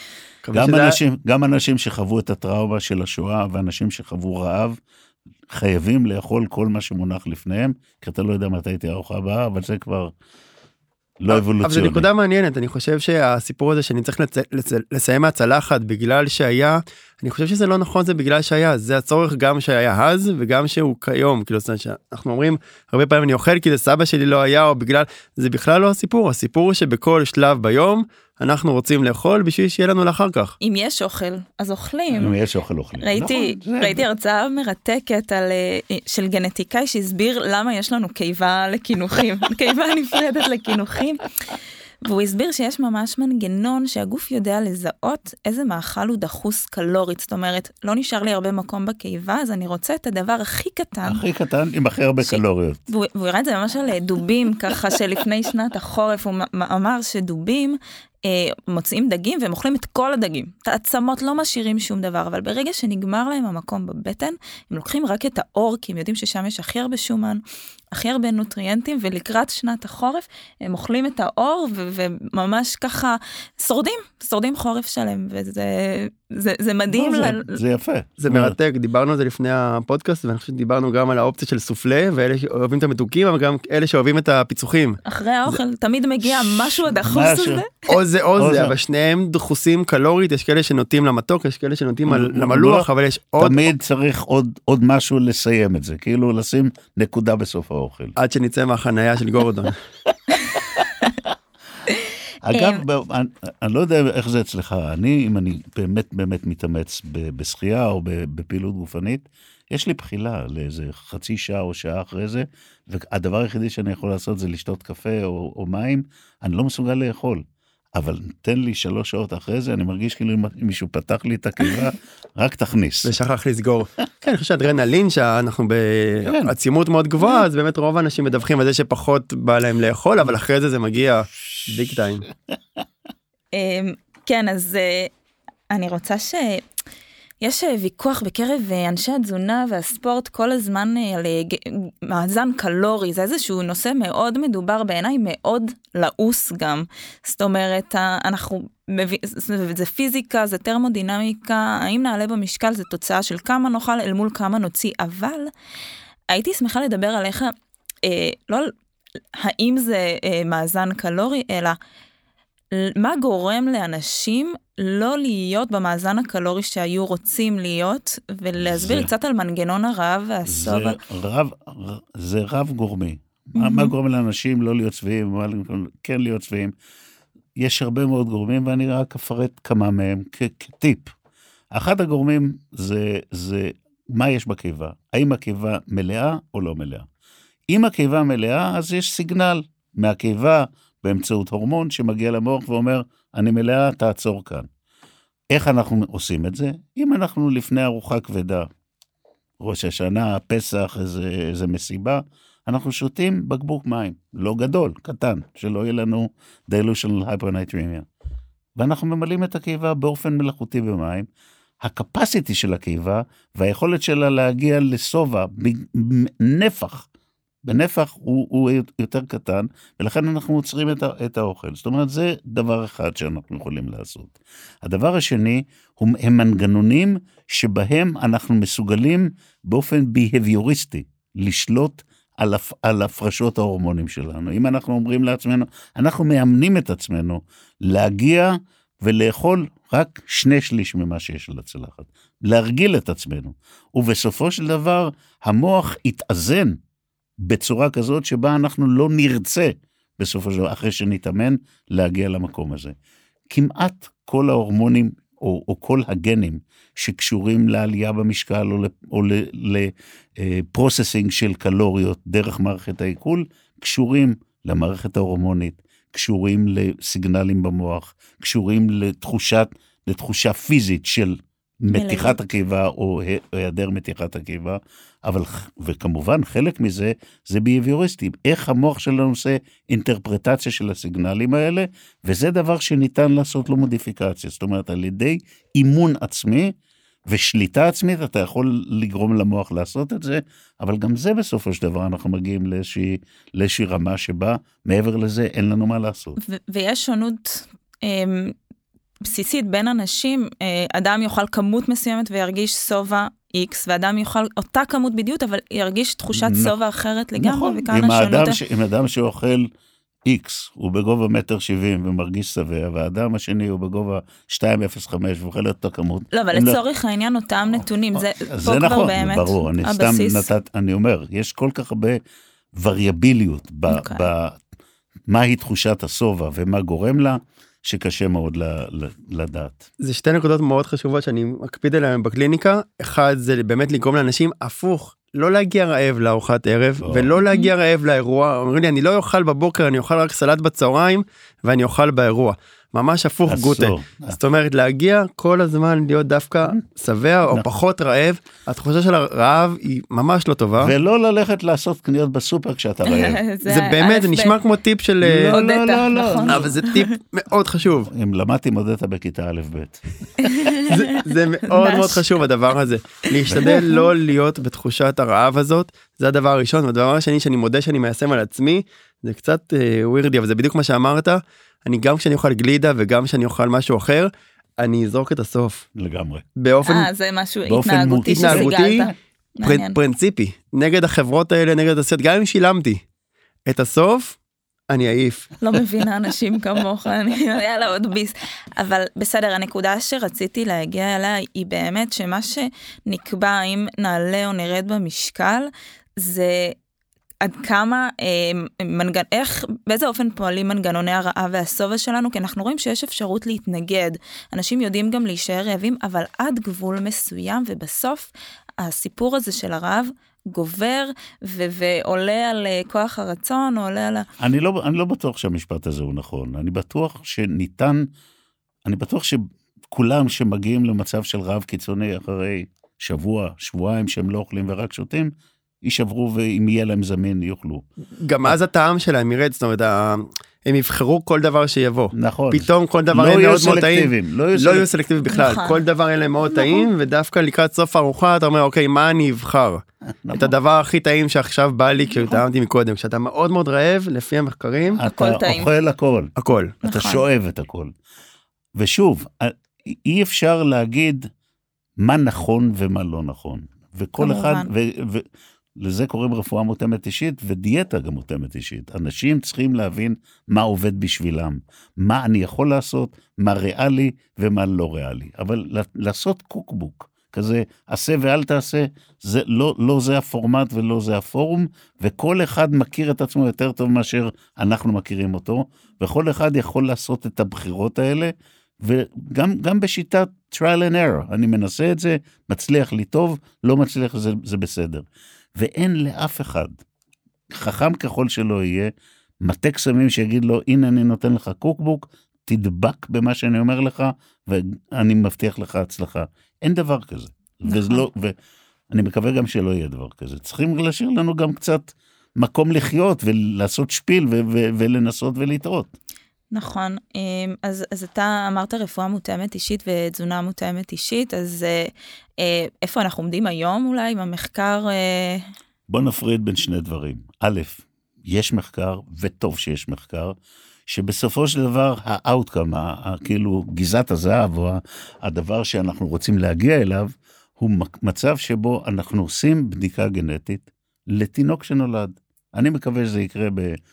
Speaker 3: גם אנשים שחוו את הטראומה של השואה, ואנשים שחוו רעב, חייבים לאכול כל מה שמונח לפניהם, כי אתה לא יודע מתי תהיה הארוחה הבאה, אבל זה כבר לא אבולוציוני.
Speaker 2: אבל זו נקודה מעניינת, אני חושב שהסיפור הזה שאני צריך לסיים מהצלחת בגלל שהיה, אני חושב שזה לא נכון, זה בגלל שהיה, זה הצורך גם שהיה אז, וגם שהוא כיום, כאילו, אנחנו אומרים, הרבה פעמים אני אוכל כי זה סבא שלי לא היה, או בגלל, זה בכלל לא הסיפור, הסיפור הוא שבכל שלב ביום, אנחנו רוצים לאכול בשביל שיהיה לנו לאחר כך.
Speaker 1: אם יש אוכל, אז אוכלים.
Speaker 3: אם יש אוכל, אוכלים.
Speaker 1: ראיתי הרצאה מרתקת של גנטיקאי שהסביר למה יש לנו קיבה לקינוחים, קיבה נפרדת לקינוחים, והוא הסביר שיש ממש מנגנון שהגוף יודע לזהות איזה מאכל הוא דחוס קלורית, זאת אומרת, לא נשאר לי הרבה מקום בקיבה, אז אני רוצה את הדבר הכי קטן.
Speaker 3: הכי קטן עם הכי הרבה קלוריות.
Speaker 1: והוא הראה את זה ממש על דובים, ככה שלפני שנת החורף הוא אמר שדובים, מוצאים דגים והם אוכלים את כל הדגים. את העצמות לא משאירים שום דבר, אבל ברגע שנגמר להם המקום בבטן, הם לוקחים רק את האור, כי הם יודעים ששם יש הכי הרבה שומן, הכי הרבה נוטריאנטים, ולקראת שנת החורף, הם אוכלים את האור, וממש ככה שורדים חורף שלם, וזה מדהים.
Speaker 3: זה יפה.
Speaker 2: זה מרתק, דיברנו על זה לפני הפודקאסט, ואני חושב שדיברנו גם על האופציה של סופלה, ואלה שאוהבים את המתוקים, אבל גם אלה שאוהבים את הפיצוחים.
Speaker 1: אחרי האוכל, תמיד מגיע משהו הדחוס הזה.
Speaker 2: או זה, אבל שניהם דחוסים קלורית, יש כאלה שנוטים למתוק, יש כאלה שנוטים למלוח, אבל יש עוד...
Speaker 3: תמיד צריך עוד משהו לסיים את זה, כאילו לשים נקודה בסוף האוכל.
Speaker 2: עד שנצא מהחנייה של גורדון.
Speaker 3: אגב, אני לא יודע איך זה אצלך, אם אני באמת מתאמץ בשחייה או בפעילות גופנית, יש לי בחילה לאיזה חצי שעה או שעה אחרי זה, והדבר היחידי שאני יכול לעשות זה לשתות קפה או מים, אני לא מסוגל לאכול. אבל תן לי 3 שעות אחרי זה, אני מרגיש כאילו מישהו פתח לי את הקיבה, רק תכניס.
Speaker 2: ושכח לסגור. כן, אני חושב שאדרנלין, שאנחנו בעצימות מאוד גבוהה, אז באמת רוב האנשים מדווחים על זה שפחות בא להם לאכול, אבל אחרי זה מגיע ביג טיים.
Speaker 1: כן, אז אני רוצה יש ויכוח בקרב אנשי התזונה והספורט כל הזמן על מאזן קלורי, זה איזשהו נושא מאוד מדובר בעיניי, מאוד לעוס גם. זאת אומרת, זה פיזיקה, זה טרמודינמיקה, האם נעלה במשקל זה תוצאה של כמה נאכל אל מול כמה נוציא, אבל הייתי שמחה לדבר עליך, לא האם זה מאזן קלורי, אלא מה גורם לאנשים לא להיות במאזן הקלורי שהיו רוצים להיות, ולהסביר קצת על מנגנון הרעב והסובה.
Speaker 3: זה רב גורמי. מה גורם לאנשים לא להיות שבעים, כן להיות שבעים? יש הרבה מאוד גורמים, ואני רק אפרט כמה מהם כטיפ. אחד הגורמים זה מה יש בקיבה. האם הקיבה מלאה או לא מלאה? אם הקיבה מלאה, אז יש סיגנל מהקיבה, באמצעות הורמון שמגיע למוח ואומר, אני מלאה, תעצור כאן. איך אנחנו עושים את זה? אם אנחנו לפני ארוחה כבדה, ראש השנה, פסח, איזה מסיבה, אנחנו שותים בקבוק מים, לא גדול, קטן, שלא יהיה לנו dilutional hypernatremia. ואנחנו ממלאים את הקיבה באופן מלאכותי במים, הקפסיטי של הקיבה, והיכולת שלה להגיע לסובה, בנפח הוא יותר קטן, ולכן אנחנו עוצרים את האוכל. זאת אומרת, זה דבר אחד שאנחנו יכולים לעשות. הדבר השני, הם מנגנונים שבהם אנחנו מסוגלים באופן בהביוריסטי, לשלוט על הפרשות ההורמונים שלנו. אם אנחנו אומרים לעצמנו, אנחנו מאמנים את עצמנו להגיע ולאכול רק 2/3 ממה שיש על הצלחת. להרגיל את עצמנו. ובסופו של דבר, המוח יתאזן בצורה כזאת שבה אנחנו לא נרצה בסופו של דבר, אחרי שנתאמן, להגיע למקום הזה. כמעט כל ההורמונים או כל הגנים שקשורים לעלייה במשקל או לפרוססינג של קלוריות דרך מערכת העיכול, קשורים למערכת ההורמונית, קשורים לסיגנלים במוח, קשורים לתחושה פיזית של מתיחת הקיבה או היעדר מתיחת הקיבה, וכמובן חלק מזה זה בהביוריסטי, איך המוח שלנו עושה אינטרפרטציה של הסיגנלים האלה, וזה דבר שניתן לעשות לו מודיפיקציה, זאת אומרת על ידי אימון עצמי ושליטה עצמית, אתה יכול לגרום למוח לעשות את זה, אבל גם זה בסופו של דבר אנחנו מגיעים לאיזושהי רמה שבה מעבר לזה אין לנו מה לעשות.
Speaker 1: ויש שונות בסיסית בין אנשים, אדם יאכל כמות מסוימת וירגיש סובה X, ואדם יאכל אותה כמות בדיוק, אבל ירגיש תחושת סובה אחרת לגמרי,
Speaker 3: נכון, אם אדם שאוכל X, הוא בגובה 1.70 מטר ומרגיש שבע, והאדם השני הוא בגובה 2.05 ואוכל את הכמות.
Speaker 1: לא, אבל לצורך העניין אותם נתונים, זה פה
Speaker 3: נכון,
Speaker 1: כבר באמת
Speaker 3: ברור, אני אומר, יש כל כך הרבה וריאביליות מהי תחושת הסובה ומה גורם לה, שקשה מאוד לדעת.
Speaker 2: זה 2 נקודות מאוד חשובות שאני מקפיד עליהן בקליניקה. אחד זה באמת לגרום לאנשים הפוך, לא להגיע רעב לארוחת ערב, ולא להגיע רעב לאירוע. אומרים לי, אני לא אוכל בבוקר, אני אוכל רק סלט בצהריים, ואני אוכל באירוע. ממש הפוך גוטה. זאת אומרת, להגיע כל הזמן להיות דווקא שבע או פחות רעב, התחושה של הרעב היא ממש לא טובה.
Speaker 3: ולא ללכת לעשות קניות בסופר כשאתה רעב.
Speaker 2: זה באמת, זה נשמע כמו טיפ של...
Speaker 1: לא.
Speaker 2: אבל זה טיפ מאוד חשוב.
Speaker 3: אם למדתי מודטה בכיתה א' ב'.
Speaker 2: זה מאוד מאוד חשוב הדבר הזה. להשתדל לא להיות בתחושת הרעב הזאת, זה הדבר הראשון. והדבר השני שאני מודה שאני מיישם על עצמי, זה קצת ווירדי, אבל זה בדיוק מה שאמרת. אני גם כשאני אוכל גלידה וגם כשאני אוכל משהו אחר, אני אזרוק את הסוף.
Speaker 3: לגמרי.
Speaker 1: זה משהו התנהגותי שסיגלת.
Speaker 2: פרינציפי. נגד החברות האלה, נגד התעשיות, גם אם שילמתי את הסוף, אני אעיף.
Speaker 1: לא מבינה אנשים כמוך, יאללה עוד ביס. אבל בסדר, הנקודה שרציתי להגיע אליה, היא באמת שמה שנקבע, אם נעלה או נרד במשקל, זה עד כמה, איך, באיזה אופן פועלים מנגנוני הרעה והסובה שלנו, כי אנחנו רואים שיש אפשרות להתנגד. אנשים יודעים גם להישאר רעבים, אבל עד גבול מסוים, ובסוף הסיפור הזה של הרעב גובר ועולה על כוח הרצון, או עולה על
Speaker 3: אני לא בטוח שהמשפט הזה הוא נכון. אני בטוח שכולם שמגיעים למצב של רעב קיצוני אחרי שבוע, שבועיים שהם לא אוכלים ורק שותים, יישברו ואם יהיה להם זמין יאכלו.
Speaker 2: גם אז הטעם שלהם ירד, זאת אומרת, הם יבחרו כל דבר שיבוא.
Speaker 3: נכון.
Speaker 2: פתאום כל דבר יהיה מאוד מאוד טעים.
Speaker 3: לא
Speaker 2: יהיו סלקטיביים בכלל. כל דבר יהיה להם מאוד טעים, ודווקא לקראת סוף הארוחה אתה אומר, אוקיי, מה אני אבחר? את הדבר הכי טעים שעכשיו בא לי, כי טעמתי מקודם. כשאתה מאוד מאוד רעב, לפי המחקרים,
Speaker 3: אתה אוכל הכל.
Speaker 2: הכל.
Speaker 3: אתה שואב את הכל. ושוב, אי אפשר להגיד מה נכון ומה לא נכון. וכל אחד, לזה קוראים רפואה מותאמת אישית, ודיאטה גם מותאמת אישית. אנשים צריכים להבין מה עובד בשבילם, מה אני יכול לעשות, מה ריאלי ומה לא ריאלי. אבל לעשות קוקבוק, כזה, עשה ואל תעשה, לא זה הפורמט ולא זה הפורום, וכל אחד מכיר את עצמו יותר טוב מאשר אנחנו מכירים אותו, וכל אחד יכול לעשות את הבחירות האלה, וגם בשיטת trial and error, אני מנסה את זה, מצליח לי טוב, לא מצליח, זה בסדר. ואין לאף אחד, חכם ככל שלא יהיה, מטה קסמים שיגיד לו, הנה אני נותן לך קוקבוק, תדבק במה שאני אומר לך, ואני מבטיח לך הצלחה. אין דבר כזה. ואני מקווה גם שלא יהיה דבר כזה. צריכים להשאיר לנו גם קצת מקום לחיות, ולעשות שפיל, ולנסות ולהתרות.
Speaker 1: נכון, אז אתה אמרת רפואה מותאמת אישית ותזונה מותאמת אישית, אז איפה אנחנו עומדים היום אולי עם המחקר?
Speaker 3: בוא נפריד בין שני דברים. א', יש מחקר, וטוב שיש מחקר, שבסופו של דבר האוטקאם, כאילו גיזת הזהב, או הדבר שאנחנו רוצים להגיע אליו, הוא מצב שבו אנחנו עושים בדיקה גנטית לתינוק שנולד. אני מקווה שזה יקרה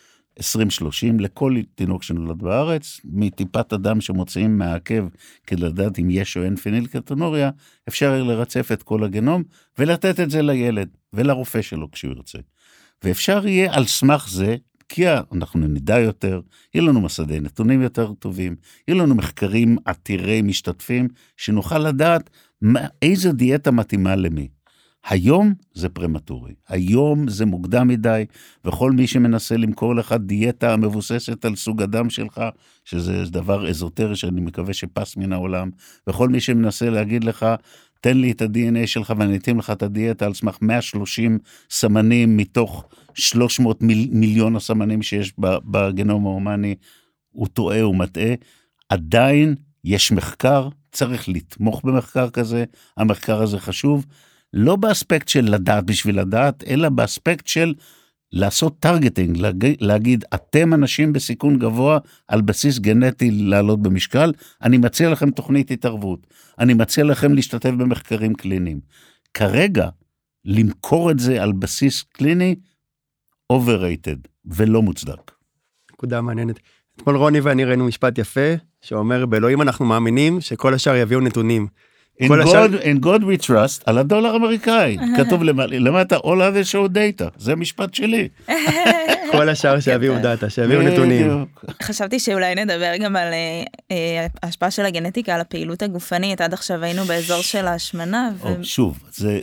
Speaker 3: ב-2030 לכל תינוק שנולד בארץ, מטיפת הדם שמוצאים מהעקב כדי לדעת אם יש או אין פנילקטונוריה, אפשר לרצף את כל הגנום ולתת את זה לילד ולרופא שלו כשהוא ירצה. ואפשר יהיה על סמך זה, כי אנחנו נדע יותר, יהיה לנו מסדי נתונים יותר טובים, יהיה לנו מחקרים עתירי משתתפים, שנוכל לדעת איזו דיאטה מתאימה למי. היום זה פרמטורי, היום זה מוקדם מדי, וכל מי שמנסה למכור לך דיאטה המבוססת על סוג הדם שלך, שזה דבר אזוטרי שאני מקווה שפס מן העולם, וכל מי שמנסה להגיד לך, תן לי את ה-DNA שלך ואני אתאים לך את הדיאטה על סמך 130 סמנים מתוך 300 מיליון הסמנים שיש בגנום ההומני, הוא טועה, הוא מטעה, עדיין יש מחקר, צריך לתמוך במחקר כזה, המחקר הזה חשוב, לא באספקט של לדעת בשביל לדעת, אלא באספקט של לעשות טרגטינג, להגיד, אתם אנשים בסיכון גבוה, על בסיס גנטי לעלות במשקל, אני מציע לכם תוכנית התערבות, אני מציע לכם להשתתף במחקרים קליניים. כרגע, למכור את זה על בסיס קליני, overrated, ולא מוצדק.
Speaker 2: נקודה מעניינת. אתמול רוני ואני ראינו משפט יפה, שאומר, באלוהים אנחנו מאמינים שכל השאר יביאו נתונים.
Speaker 3: In God we trust, על הדולר אמריקאי, כתוב למטה, all other show data, זה משפט שלי.
Speaker 2: כל השאר שיביאו דאטה, שיביאו נתונים.
Speaker 1: חשבתי שאולי נדבר גם על ההשפעה של הגנטיקה, על הפעילות הגופנית, עד עכשיו היינו באזור של ההשמנה.
Speaker 3: שוב,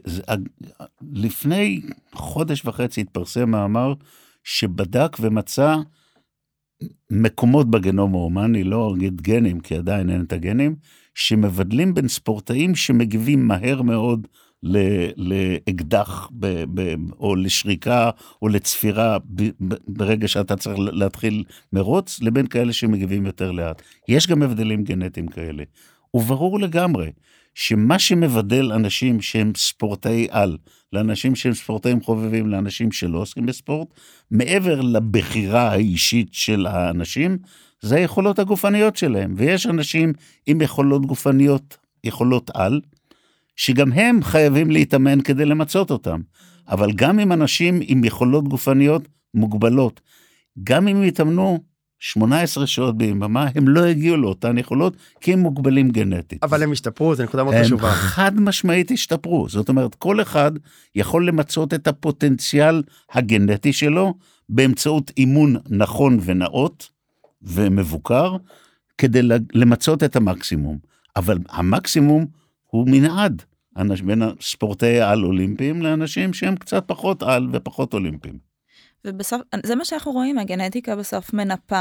Speaker 3: לפני חודש וחצי התפרסם מאמר, שבדק ומצא מקומות בגנום ההומני, לא אגיד גנים, כי עדיין אין את הגנים, שמבדלים בין ספורטאים שמגיבים מהר מאוד לאקדח או לשריקה או לצפירה ברגע שאתה צריך להתחיל מרוץ, לבין כאלה שמגיבים יותר לאט. יש גם הבדלים גנטיים כאלה. וברור לגמרי שמה שמבדל אנשים שהם ספורטאי על, לאנשים שהם ספורטאים חובבים, לאנשים שלא עוסקים בספורט, מעבר לבחירה האישית של האנשים, זה היכולות הגופניות שלהם, ויש אנשים עם יכולות גופניות, יכולות על, שגם הם חייבים להתאמן כדי למצות אותם, אבל גם עם אנשים עם יכולות גופניות מוגבלות, גם אם יתאמנו 18 שעות ביממה, הם לא הגיעו לאותן יכולות, כי הם מוגבלים גנטית.
Speaker 2: אבל הם השתפרו, זה נקודה מאוד
Speaker 3: הם
Speaker 2: חשובה.
Speaker 3: חד משמעית השתפרו, זאת אומרת, כל אחד יכול למצות את הפוטנציאל הגנטי שלו, באמצעות אימון נכון ונאות, ומבוקר, כדי למצות את המקסימום. אבל המקסימום הוא מנעד, בין הספורטאי על אולימפיים, לאנשים שהם קצת פחות על ופחות אולימפיים.
Speaker 1: ובסוף, זה מה שאנחנו רואים, הגנטיקה בסוף מנפה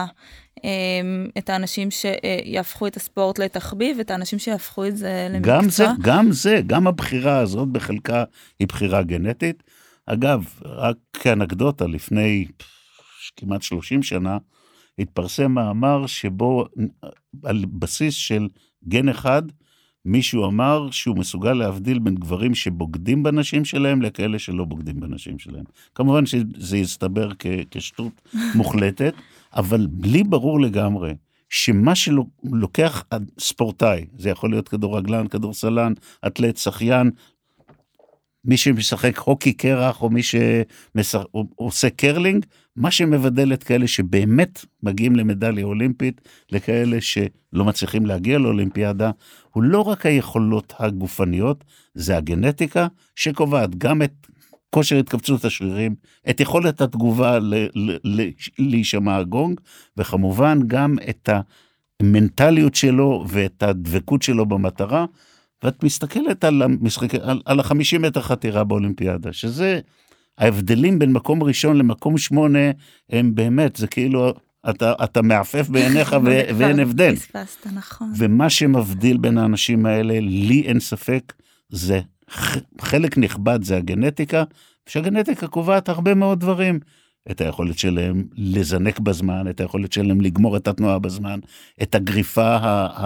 Speaker 1: את האנשים שיהפכו את הספורט לתחביב, ואת האנשים שיהפכו את זה למקצוע.
Speaker 3: גם הבחירה הזאת בחלקה היא בחירה גנטית. אגב, רק כאנקדוטה, לפני כמעט 30 שנה, התפרסם מאמר שבו על בסיס של גן אחד, מישהו אמר שהוא מסוגל להבדיל בין גברים שבוגדים בנשים שלהם, לכאלה שלא בוגדים בנשים שלהם. כמובן שזה יסתבר כשטות מוחלטת, אבל לי ברור לגמרי, שמה שלוקח ספורטאי, זה יכול להיות כדורגלן, כדורסלן, אתלט, שחיין, מי שמשחק הוקי קרח, או מי שעושה קרלינג, מה שמבדל את כאלה שבאמת מגיעים למדליה אולימפית, לכאלה שלא מצליחים להגיע לאולימפיאדה, הוא לא רק היכולות הגופניות, זה הגנטיקה, שקובעת גם את כושר התכווצות השרירים, את יכולת התגובה להישמע הגונג, וכמובן גם את המנטליות שלו, ואת הדבקות שלו במטרה, ואת מסתכלת על 50 מטר חתירה באולימפיאדה, שזה ההבדלים בין מקום ראשון למקום 8, הם באמת, זה כאילו, אתה מעפף בעיניך ואין הבדל.
Speaker 1: פספסת, נכון.
Speaker 3: ומה שמבדיל בין האנשים האלה, לי אין ספק, זה חלק נכבד, זה הגנטיקה, שהגנטיקה קובעת הרבה מאוד דברים, את היכולת שלהם לזנק בזמן, את היכולת שלהם לגמור את התנועה בזמן, את הגריפה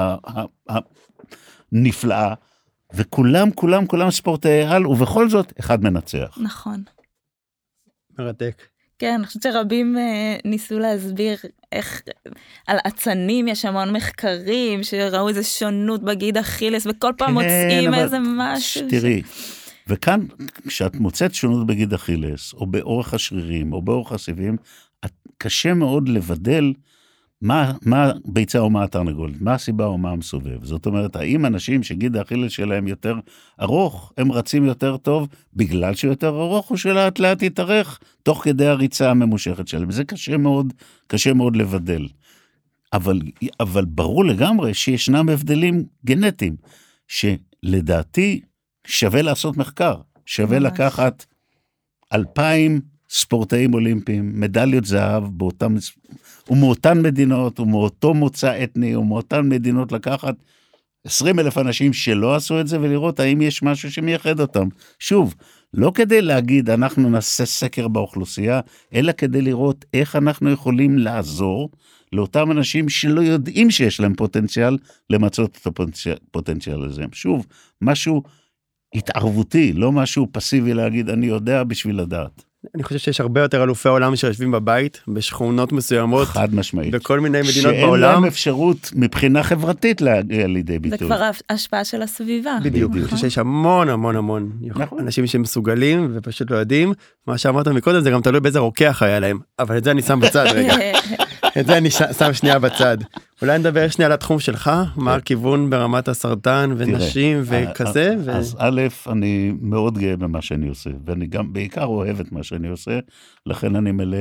Speaker 3: הנפלאה, וכולם ספורטאי על, ובכל זאת, אחד מנצח.
Speaker 1: נכון.
Speaker 2: מרתק.
Speaker 1: כן, אני חושבת שרבים ניסו להסביר איך על עצנים יש המון מחקרים שראו איזו שונות בגיד אכילס, וכל פעם מוצאים איזה משהו.
Speaker 3: תראי, וכאן, כשאת מוצאת שונות בגיד אכילס, או באורך השרירים, או באורך הסיבים, קשה מאוד לבדל מה ביצה או מה התרנגולת, מה הסיבה או מה המסובב. זאת אומרת, האם אנשים שגיד האכילס שלהם יותר ארוך, הם רצים יותר טוב, בגלל שהוא יותר ארוך, או שלאט לאט יתארך, תוך כדי הריצה הממושכת שלהם. זה קשה מאוד לבדל. אבל ברור לגמרי שישנם הבדלים גנטיים, שלדעתי שווה לעשות מחקר, שווה לקחת 2,000 ספורטאים אולימפיים, מדליות זהב ומאותן מדינות, ומאותו מוצא אתני, ומאותן מדינות לקחת 20,000 אנשים שלא עשו את זה, ולראות האם יש משהו שמייחד אותם. שוב, לא כדי להגיד אנחנו נעשה סקר באוכלוסייה, אלא כדי לראות איך אנחנו יכולים לעזור לאותם אנשים שלא יודעים שיש להם פוטנציאל, למצות את הפוטנציאל הזה. שוב, משהו התערבותי, לא משהו פסיבי להגיד אני יודע בשביל לדעת.
Speaker 2: אני חושב שיש הרבה יותר אלופי העולם שיושבים בבית, בשכונות מסוימות,
Speaker 3: חד משמעית.
Speaker 2: בכל מיני מדינות בעולם.
Speaker 3: שאין להם אפשרות מבחינה חברתית להגיע לידי ביטוי.
Speaker 1: זה כבר ההשפעה של הסביבה.
Speaker 2: בדיוק, אני חושב שיש המון אנשים שמסוגלים ופשוט לא יודעים. מה שאמרת מקודם זה גם תלוי באיזה רוקח היה להם, אבל את זה אני שם בצד רגע. את זה אני שם שנייה בצד. אולי נדבר שנייה על התחום שלך, מה הכיוון ברמת הסרטן ונשים וכזה.
Speaker 3: אז א', אני מאוד גאה במה שאני עושה, ואני גם בעיקר אוהב את מה שאני עושה, לכן אני מלא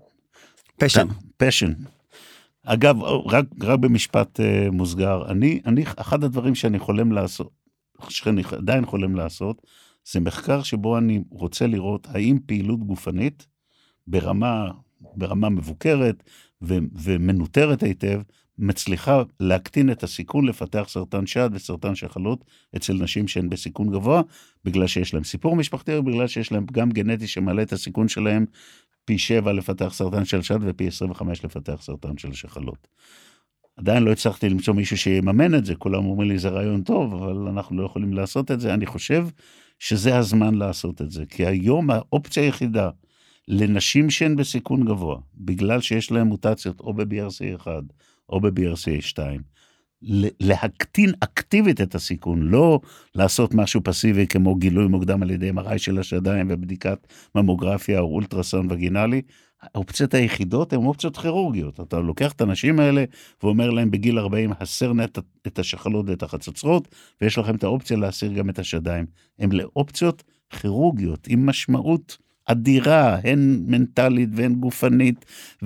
Speaker 3: פשן. אגב, רק במשפט מוסגר, אחד הדברים שאני חולם לעשות, שאני עדיין חולם לעשות, זה מחקר שבו אני רוצה לראות האם פעילות גופנית ברמה מבוקרת ומנוטרת היטב, מצליחה להקטין את הסיכון לפתח סרטן שד וסרטן שחלות אצל נשים שהן בסיכון גבוה, בגלל שיש להם סיפור משפחתי, או בגלל שיש להם פגם גנטי שמעלה את הסיכון שלהם פי 7 לפתח סרטן של שד ופי 25 לפתח סרטן של שחלות. עדיין לא הצלחתי למצוא מישהו שיממן את זה, כולם אומרים לי זה רעיון טוב, אבל אנחנו לא יכולים לעשות את זה. אני חושב שזה הזמן לעשות את זה, כי היום האופציה היחידה לנשים שהן בסיכון גבוה, בגלל שיש להם מוטציות או ב-BRCA1 או ב-BRCA2, להקטין אקטיבית את הסיכון, לא לעשות משהו פסיבי כמו גילוי מוקדם על ידי MRI של השדיים ובדיקת ממוגרפיה או אולטרסאונד וגינלי, האופציות היחידות הן אופציות כירורגיות. אתה לוקח את האנשים האלה ואומר להם בגיל 40, הסר נא את השחלות ואת החצוצרות, ויש לכם את האופציה להסיר גם את השדיים. הן לאופציות כירורגיות, עם משמעות אדירה, הן מנטלית והן גופנית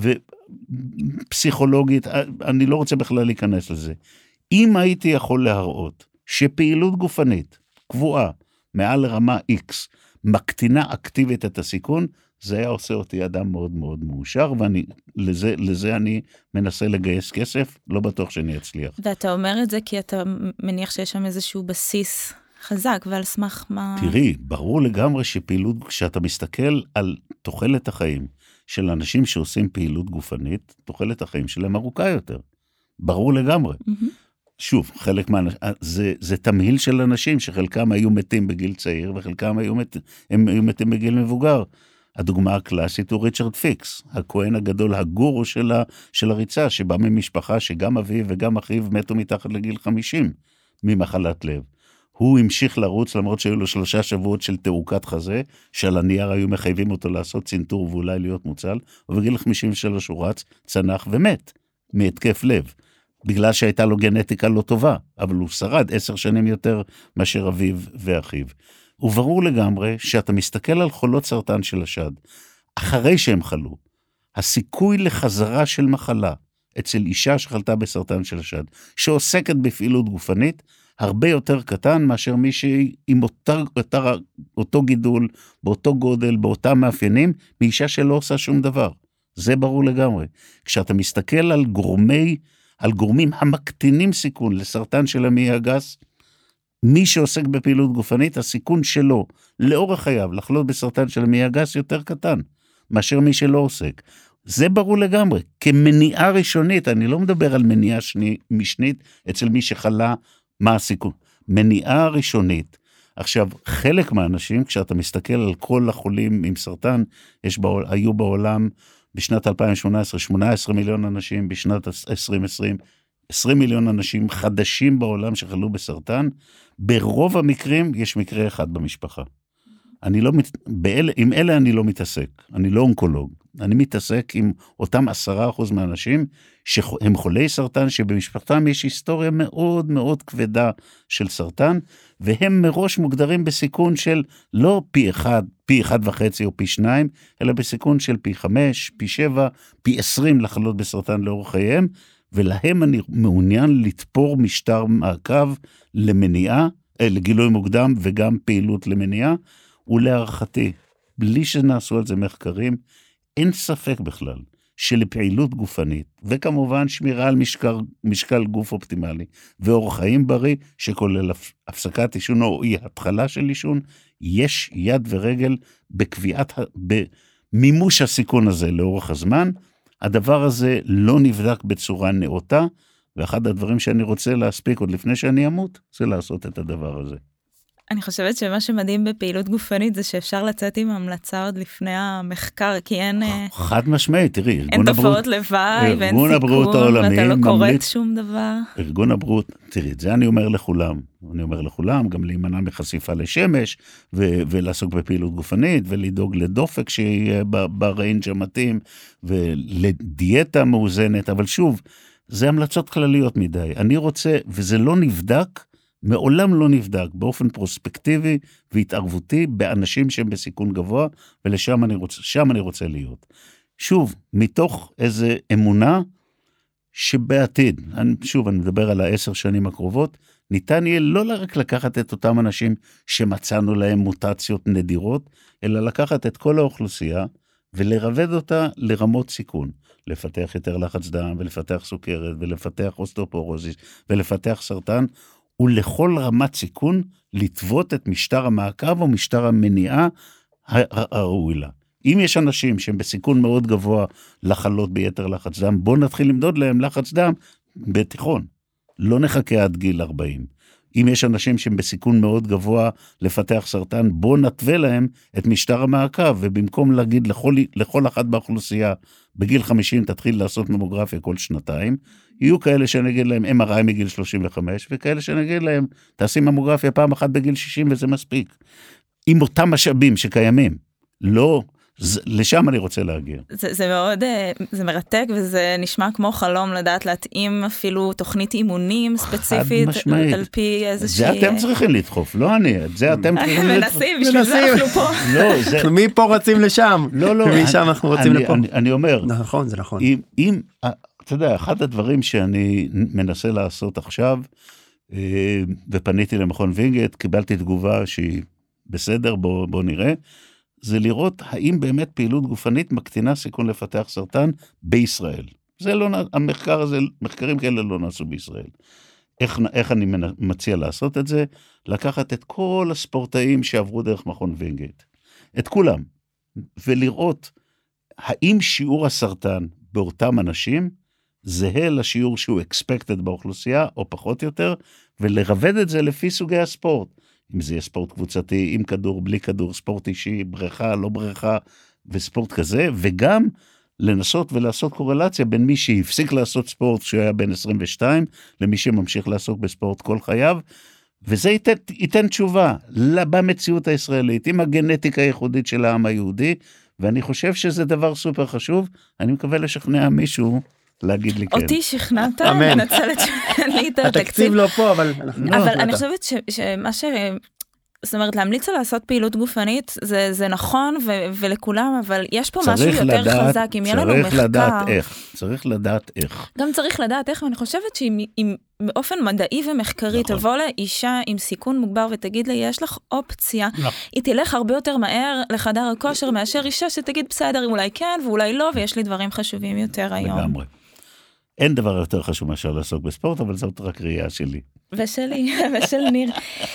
Speaker 3: ופסיכולוגית, אני לא רוצה בכלל להיכנס לזה. אם הייתי יכול להראות שפעילות גופנית קבועה מעל רמה X, מקטינה אקטיבית את הסיכון, זה היה עושה אותי אדם מאוד מאוד מאושר, ולזה אני מנסה לגייס כסף, לא בטוח שאני אצליח.
Speaker 1: ואתה אומר את זה כי אתה מניח שיש שם איזשהו בסיס חזק, ועל סמך מה...
Speaker 3: תראי, ברור לגמרי שפעילות, כשאתה מסתכל על תוחלת החיים של אנשים שעושים פעילות גופנית, תוחלת החיים שלהם ארוכה יותר. ברור לגמרי. שוב, חלק זה תמהיל של אנשים שחלקם היו מתים בגיל צעיר, וחלקם היו מתים בגיל מבוגר. הדוגמה הקלאסית הוא ריצ'רד פיקס, הכהן הגדול, הגורו של הריצה, שבא ממשפחה שגם אביו וגם אחיו מתו מתחת לגיל 50 ממחלת לב. הוא המשיך לרוץ, למרות שהיו לו 3 שבועות של תעוקת חזה, שעל הנייר היו מחייבים אותו לעשות צנתור ואולי להיות מוצל, ובגיל 53 הוא רץ, צנח ומת מהתקף לב. בגלל שהייתה לו גנטיקה לא טובה, אבל הוא שרד 10 שנים יותר מאשר אביו ואחיו. וברור לגמרי שאתה מסתכל על חולות סרטן של השד, אחרי שהם חלו, הסיכוי לחזרה של מחלה אצל אישה שחלתה בסרטן של השד, שעוסקת בפעילות גופנית, הרבה יותר קטן מאשר מישהי עם אותו גידול, באותו גודל, באותם מאפיינים, מאישה שלא עושה שום דבר. זה ברור לגמרי. כשאתה מסתכל על גורמים המקטינים סיכון לסרטן של המעי הגס, מי שעוסק בפעילות גופנית, הסיכון שלו לאורך חייו לחלות בסרטן של המעי הגס יותר קטן, מאשר מי שלא עוסק. זה ברור לגמרי. כמניעה ראשונית, אני לא מדבר על מניעה משנית, אצל מי שחלה, מה הסיכון? מניעה ראשונית. עכשיו, חלק מהאנשים, כשאתה מסתכל על כל החולים עם סרטן, היו בעולם בשנת 2018, 18 מיליון אנשים, בשנת 2020, 20 מיליון אנשים חדשים בעולם שחלו בסרטן, ברוב המקרים יש מקרה אחד במשפחה. עם אלה אני לא מתעסק, אני לא אונקולוג, אני מתעסק עם אותם 10% מהאנשים שהם חולי סרטן, שבמשפחתם יש היסטוריה מאוד מאוד כבדה של סרטן, והם מראש מוגדרים בסיכון של לא פי 1, פי 1.5 או פי 2, אלא בסיכון של פי 5, פי 7, פי 20 לחלות בסרטן לאורך חייהם, ולהם אני מעוניין לתפור משטר מעקב למניעה, לגילוי מוקדם וגם פעילות למניעה, ולהערכתי, בלי שנעשו על זה מחקרים, אין ספק בכלל שלפעילות גופנית, וכמובן שמירה על משקל גוף אופטימלי, ואורח חיים בריא, שכולל הפסקת עישון או התחלה של עישון, יש יד ורגל במימוש הסיכון הזה לאורך הזמן. הדבר הזה לא נבדק בצורה נאותה, ואחד הדברים שאני רוצה להספיק עוד לפני שאני אמות, זה לעשות את הדבר הזה.
Speaker 1: אני חושבת שמה שמדהים בפעילות גופנית זה שאפשר לצאת עם המלצה עוד לפני המחקר, כי אין...
Speaker 3: חד משמעית, תראי,
Speaker 1: אין תופעות לוואי ואין סיכון, ואתה לא קוראת שום דבר.
Speaker 3: ארגון הבריאות, תראי, את זה אני אומר לכולם, גם להימנע מחשיפה לשמש, ולעסוק בפעילות גופנית, ולדאוג לדופק שיהיה בריינג' המתאים, ולדיאטה מאוזנת, אבל שוב, זה המלצות כלליות מדי. אני רוצה, וזה לא נבדק, מעולם לא נבדק באופן פרוספקטיבי והתערבותי באנשים שהם בסיכון גבוה, ולשם אני רוצה להיות. שוב, מתוך איזו אמונה שבעתיד, אני מדבר על 10 שנים הקרובות, ניתן יהיה לא רק לקחת את אותם אנשים שמצאנו להם מוטציות נדירות, אלא לקחת את כל האוכלוסייה ולרבד אותה לרמות סיכון. לפתח יותר לחץ דם, ולפתח סוכרת, ולפתח אוסטאופורוזיס, ולפתח סרטן, ולכל רמת סיכון לטוות את משטר המעקב או משטר המניעה הראוי לה. אם יש אנשים שהם בסיכון מאוד גבוה לחלות ביתר לחץ דם, בוא נתחיל למדוד להם לחץ דם בתיכון. לא נחכה עד גיל 40. אם יש אנשים שהם בסיכון מאוד גבוה לפתח סרטן, בוא נתווה להם את משטר המעקב, ובמקום להגיד לכל אחת באוכלוסייה, בגיל 50 תתחיל לעשות ממוגרפיה כל 2, יהיו כאלה שנגיד להם MRI מגיל 35, וכאלה שנגיד להם, תעשי ממוגרפיה פעם אחת בגיל 60 וזה מספיק. עם אותם משאבים שקיימים, לא לשם אני רוצה להגיע.
Speaker 1: זה מאוד, זה מרתק, וזה נשמע כמו חלום לדעת להתאים אפילו תוכנית אימונים ספציפית, על פי איזושהי...
Speaker 3: זה אתם צריכים לדחוף, לא אני, זה אתם צריכים לדחוף.
Speaker 1: מנסים, בשביל זה אנחנו פה.
Speaker 2: מפה רצים לשם, ומשם אנחנו רוצים לפה.
Speaker 3: אני אומר,
Speaker 2: נכון, זה נכון.
Speaker 3: אם, אתה יודע, אחד הדברים שאני מנסה לעשות עכשיו, ופניתי למכון וינגייט, קיבלתי תגובה שהיא בסדר, בוא נראה, זה לראות האם באמת פעילות גופנית מקטינה סיכון לפתח סרטן בישראל. זה לא, המחקר הזה, מחקרים כאלה לא נעשו בישראל. איך אני מציע לעשות את זה? לקחת את כל הספורטאים שעברו דרך מכון וינגייט, את כולם, ולראות האם שיעור הסרטן באותם אנשים זהה לשיעור שהוא expected באוכלוסייה, או פחות יותר, ולרבד את זה לפי סוגי הספורט. אם זה יהיה ספורט קבוצתי, עם כדור, בלי כדור, ספורט אישי, בריכה, לא בריכה, וספורט כזה, וגם לנסות ולעשות קורלציה בין מי שהפסיק לעשות ספורט שהיה בן 22, למי שממשיך לעסוק בספורט כל חייו, וזה ייתן תשובה במציאות הישראלית, עם הגנטיקה הייחודית של העם היהודי, ואני חושב שזה דבר סופר חשוב, אני מקווה לשכנע מישהו להגיד לי כן.
Speaker 1: אותי שכנעת, מנצלת שאני את התקציב.
Speaker 2: התקציב לא פה, אבל...
Speaker 1: אבל אני חושבת שמה זאת אומרת, להמליץ על לעשות פעילות גופנית, זה נכון ולכולם, אבל יש פה משהו יותר חזק, אם יהיה לנו מחקר.
Speaker 3: צריך לדעת איך.
Speaker 1: גם צריך לדעת איך, ואני חושבת שאם באופן מדעי ומחקרי, תבוא לאישה עם סיכון מוגבר ותגיד לה, יש לך אופציה, היא תלך הרבה יותר מהר לחדר הכושר, מאשר אישה שתגיד, בסדר, אולי כן ואולי לא, ויש לי דברים חשובים יותר היום.
Speaker 3: לגמרי. אין דבר יותר חשוב מאשר לעסוק בספורט, אבל זאת רק ראייה שלי.
Speaker 1: ושלי, ושל ניר.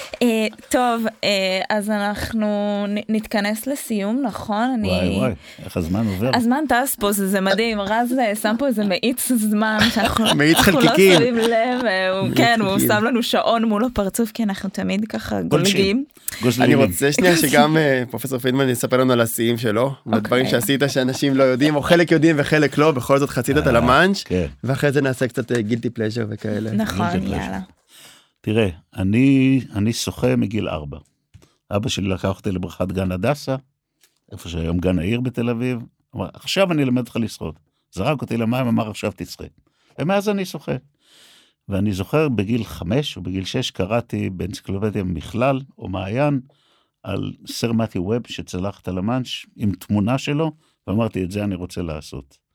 Speaker 1: טוב, אז אנחנו נתכנס לסיום, נכון?
Speaker 3: וואי, איך הזמן עובר?
Speaker 1: הזמן טס פה, זה מדהים. רז שם פה איזה מאיץ זמן,
Speaker 2: מאיץ חלקיקים.
Speaker 1: אנחנו לא שמים לב, כן, הוא שם לנו שעון מול הפרצוף, כי אנחנו תמיד ככה גולגים.
Speaker 2: אני רוצה שנייה שגם פרופסור פרידמן יספר לנו על השיאים שלו, והדברים שעשית שאנשים לא יודעים, או חלק יודעים וחלק לא, בכל זאת חצית את הלמאנץ', ואחרי זה נעשה קצת גילטי פלז'ר וכאלה.
Speaker 1: נכון, יאללה.
Speaker 3: תראה, אני שוחה מגיל 4. אבא שלי לקח אותי לבריכת גן הדסה, איפה שהיום גן העיר בתל אביב, אמר, עכשיו אני אלמד אותך לשחות. זרק אותי למים, אמר, עכשיו תשחה. ומאז אני שוחה. ואני זוכר בגיל 5 או בגיל 6 קראתי באנציקלופדיה מכלל או מעיין, על סר מתיו ווב שצלח את הלמאנץ' עם תמונה שלו, ואמרתי, את זה אני רוצה לעשות.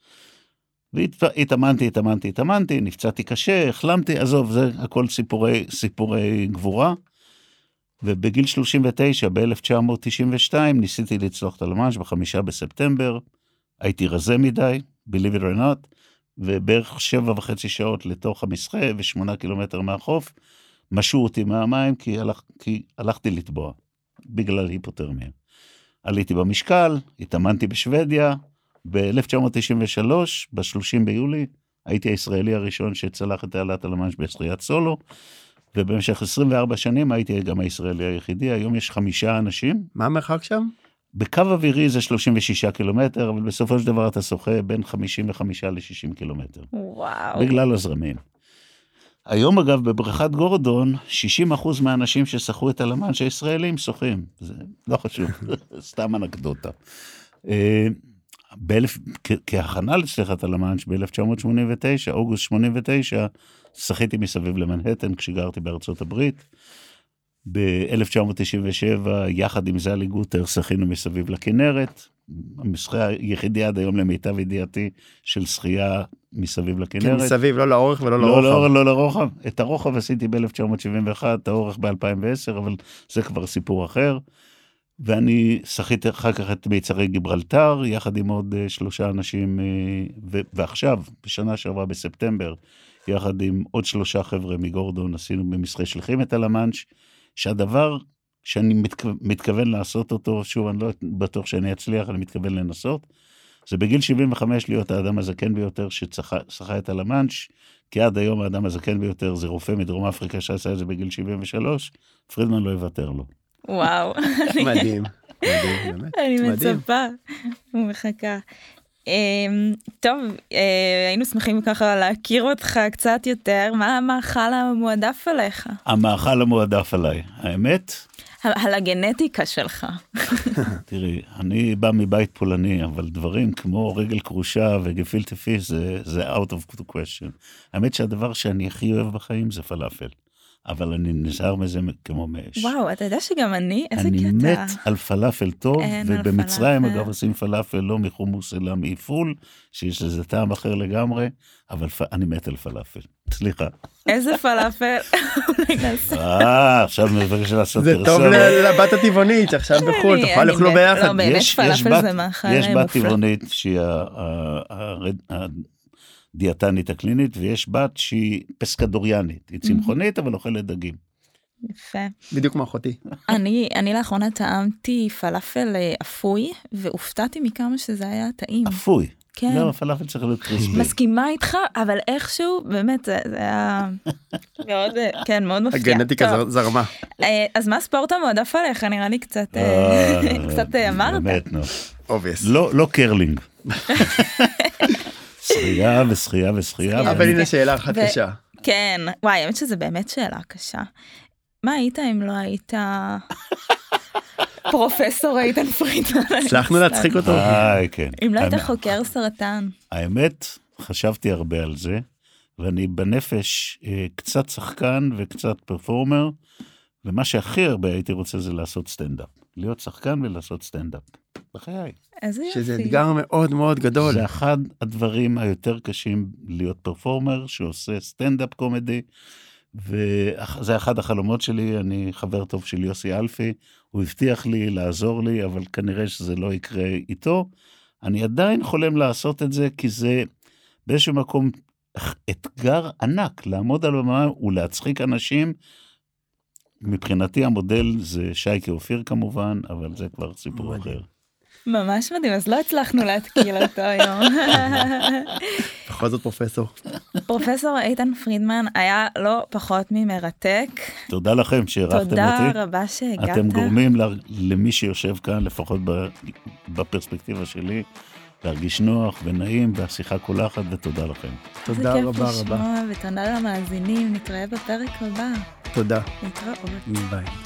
Speaker 3: והתאמנתי, נפצעתי קשה, החלמתי, עזוב, זה הכל סיפורי גבורה, ובגיל 39, ב-1992, ניסיתי לצלוח את הלמאנץ' ב5 בספטמבר, הייתי רזה מדי, believe it or not, ובערך 7.5 שעות לתוך המשחה, ו8 קילומטר מהחוף, משו אותי מהמים, כי הלכתי לטבוע, בגלל היפותרמיה. עליתי במשקל, התאמנתי בשוודיה, ב-1993, ב-30 ביולי, הייתי הישראלי הראשון שצלח את תעלת הלמאנץ' בשחיית סולו, ובמשך 24 שנים הייתי גם הישראלי היחידי, היום יש 5 אנשים.
Speaker 2: מה המרחק שם?
Speaker 3: בקו אווירי זה 36 קילומטר, אבל בסופו של דבר אתה שוחה בין 55 ל-60 קילומטר.
Speaker 1: וואו.
Speaker 3: בגלל הזרמים. היום אגב בבריכת גורדון, 60% מהאנשים ששחו את הלמאנץ' הישראלים שוחים. זה לא חשוב, סתם אנקדוטה. כהכנה לצליחת הלמאנץ' ב-1989, אוגוסט 89, שחיתי מסביב למנהטן כשגרתי בארצות הברית. ב-1997, יחד עם זלי גוטר, שחינו מסביב לכנרת. המשחייה היחידי עד היום למיטב ידיעתי של שחייה מסביב לכנרת.
Speaker 2: מסביב, לא לאורך ולא לרוחב.
Speaker 3: לא לרוחב. את הרוחב עשיתי ב-1971, את האורך ב-2010, אבל זה כבר סיפור אחר. ואני שחיתי אחר כך את מיצרי גיברלטר, יחד עם עוד 3 אנשים, ועכשיו, בשנה שעברה בספטמבר, יחד עם עוד 3 חבר'ה מגורדון, עשינו במשחי שליחים את הלמאנץ', שהדבר שאני מתכוון לעשות אותו, שוב, אני לא בטוח שאני אצליח, אני מתכוון לנסות, זה בגיל 75 להיות האדם הזקן ביותר ששחה את הלמאנץ', כי עד היום האדם הזקן ביותר זה רופא מדרום אפריקה שעשה את זה בגיל 73, פרידמן לא יוותר לו.
Speaker 1: וואו.
Speaker 2: מדהים, באמת.
Speaker 1: אני מצפה, ומחכה. טוב, היינו שמחים ככה להכיר אותך קצת יותר. מה המאכל המועדף עליך?
Speaker 3: המאכל המועדף עליי, האמת?
Speaker 1: על הגנטיקה שלך.
Speaker 3: תראי, אני בא מבית פולני, אבל דברים כמו רגל קרושה וגפילטע פיש זה out of the question. האמת שהדבר שאני הכי אוהב בחיים זה פלאפל. אבל אני נזהר מזה כמו מאש.
Speaker 1: וואו, אתה יודע שגם איזה קטע.
Speaker 3: אני מת על פלאפל טוב, ובמצרים אגב עושים פלאפל לא מחומוס אלא מאיפול, שיש לזה טעם אחר לגמרי, אבל אני מת על פלאפל. סליחה.
Speaker 1: איזה פלאפל?
Speaker 3: עכשיו מבקש לעשות
Speaker 2: זה טוב לבת הטבעונית, שעכשיו בחול, תוכל לאכלו ביחד.
Speaker 1: לא, באמת פלאפל זה מאכל מופלא.
Speaker 3: יש בת טבעונית שהיא דיאטנית הקלינית, ויש בת שהיא פסקדוריאנית, היא צמחונית אבל אוכלת דגים.
Speaker 1: יפה.
Speaker 2: בדיוק כמו אחותי.
Speaker 1: אני לאחרונה טעמתי פלאפל אפוי, והופתעתי מכמה שזה היה טעים.
Speaker 3: אפוי?
Speaker 1: כן.
Speaker 3: לא, הפלאפל צריך להיות קריספי.
Speaker 1: מסכימה איתך, אבל איכשהו, באמת, זה היה מאוד, כן, מאוד מפתיע.
Speaker 2: הגנטיקה זרמה.
Speaker 1: אז מה הספורט המועדף עליך? נראה לי קצת אמרת.
Speaker 3: באמת, נו.
Speaker 2: אובייס.
Speaker 3: לא קרלינג. שחייה ושחייה ושחייה.
Speaker 2: אבל הנה שאלה אחת קשה.
Speaker 1: כן, וואי, האמת שזה באמת שאלה קשה. מה היית אם לא היית פרופסור איתן פרידמן?
Speaker 2: הצלחנו להצחיק אותו.
Speaker 3: כן.
Speaker 1: אם לא היית חוקר סרטן.
Speaker 3: האמת, חשבתי הרבה על זה, ואני בנפש קצת שחקן וקצת פרפורמר, ומה שהכי הרבה הייתי רוצה זה לעשות סטנדאפ. להיות שחקן ולעשות סטנדאפ. בחיי.
Speaker 1: איזה יופי.
Speaker 2: שזה אתגר מאוד מאוד גדול.
Speaker 3: זה אחד הדברים היותר קשים להיות פרפורמר, שעושה סטנדאפ קומדי, וזה אחד החלומות שלי. אני חבר טוב של יוסי אלפי, הוא הבטיח לי לעזור לי, אבל כנראה שזה לא יקרה איתו. אני עדיין חולם לעשות את זה, כי זה באיזשהו מקום אתגר ענק, לעמוד על במה ולהצחיק אנשים. מבחינתי המודל זה שייקה אופיר כמובן, אבל זה כבר סיפור אחר.
Speaker 1: ממש מדהים, אז לא הצלחנו להתקיל אותו היום.
Speaker 2: בכל זאת פרופסור.
Speaker 1: פרופסור איתן פרידמן היה לא פחות ממרתק.
Speaker 3: תודה לכם שאירחתם אותי.
Speaker 1: תודה רבה שהגעת.
Speaker 3: אתם גורמים למי שיושב כאן, לפחות בפרספקטיבה שלי, להרגיש נוח ונעים, והשיחה קולחת, ותודה לכם.
Speaker 2: תודה רבה רבה.
Speaker 1: זה כיף לשמוע, ותודה למאזינים, נתראה בפרק הבא.
Speaker 2: תודה.
Speaker 1: להתראות.
Speaker 2: ביי.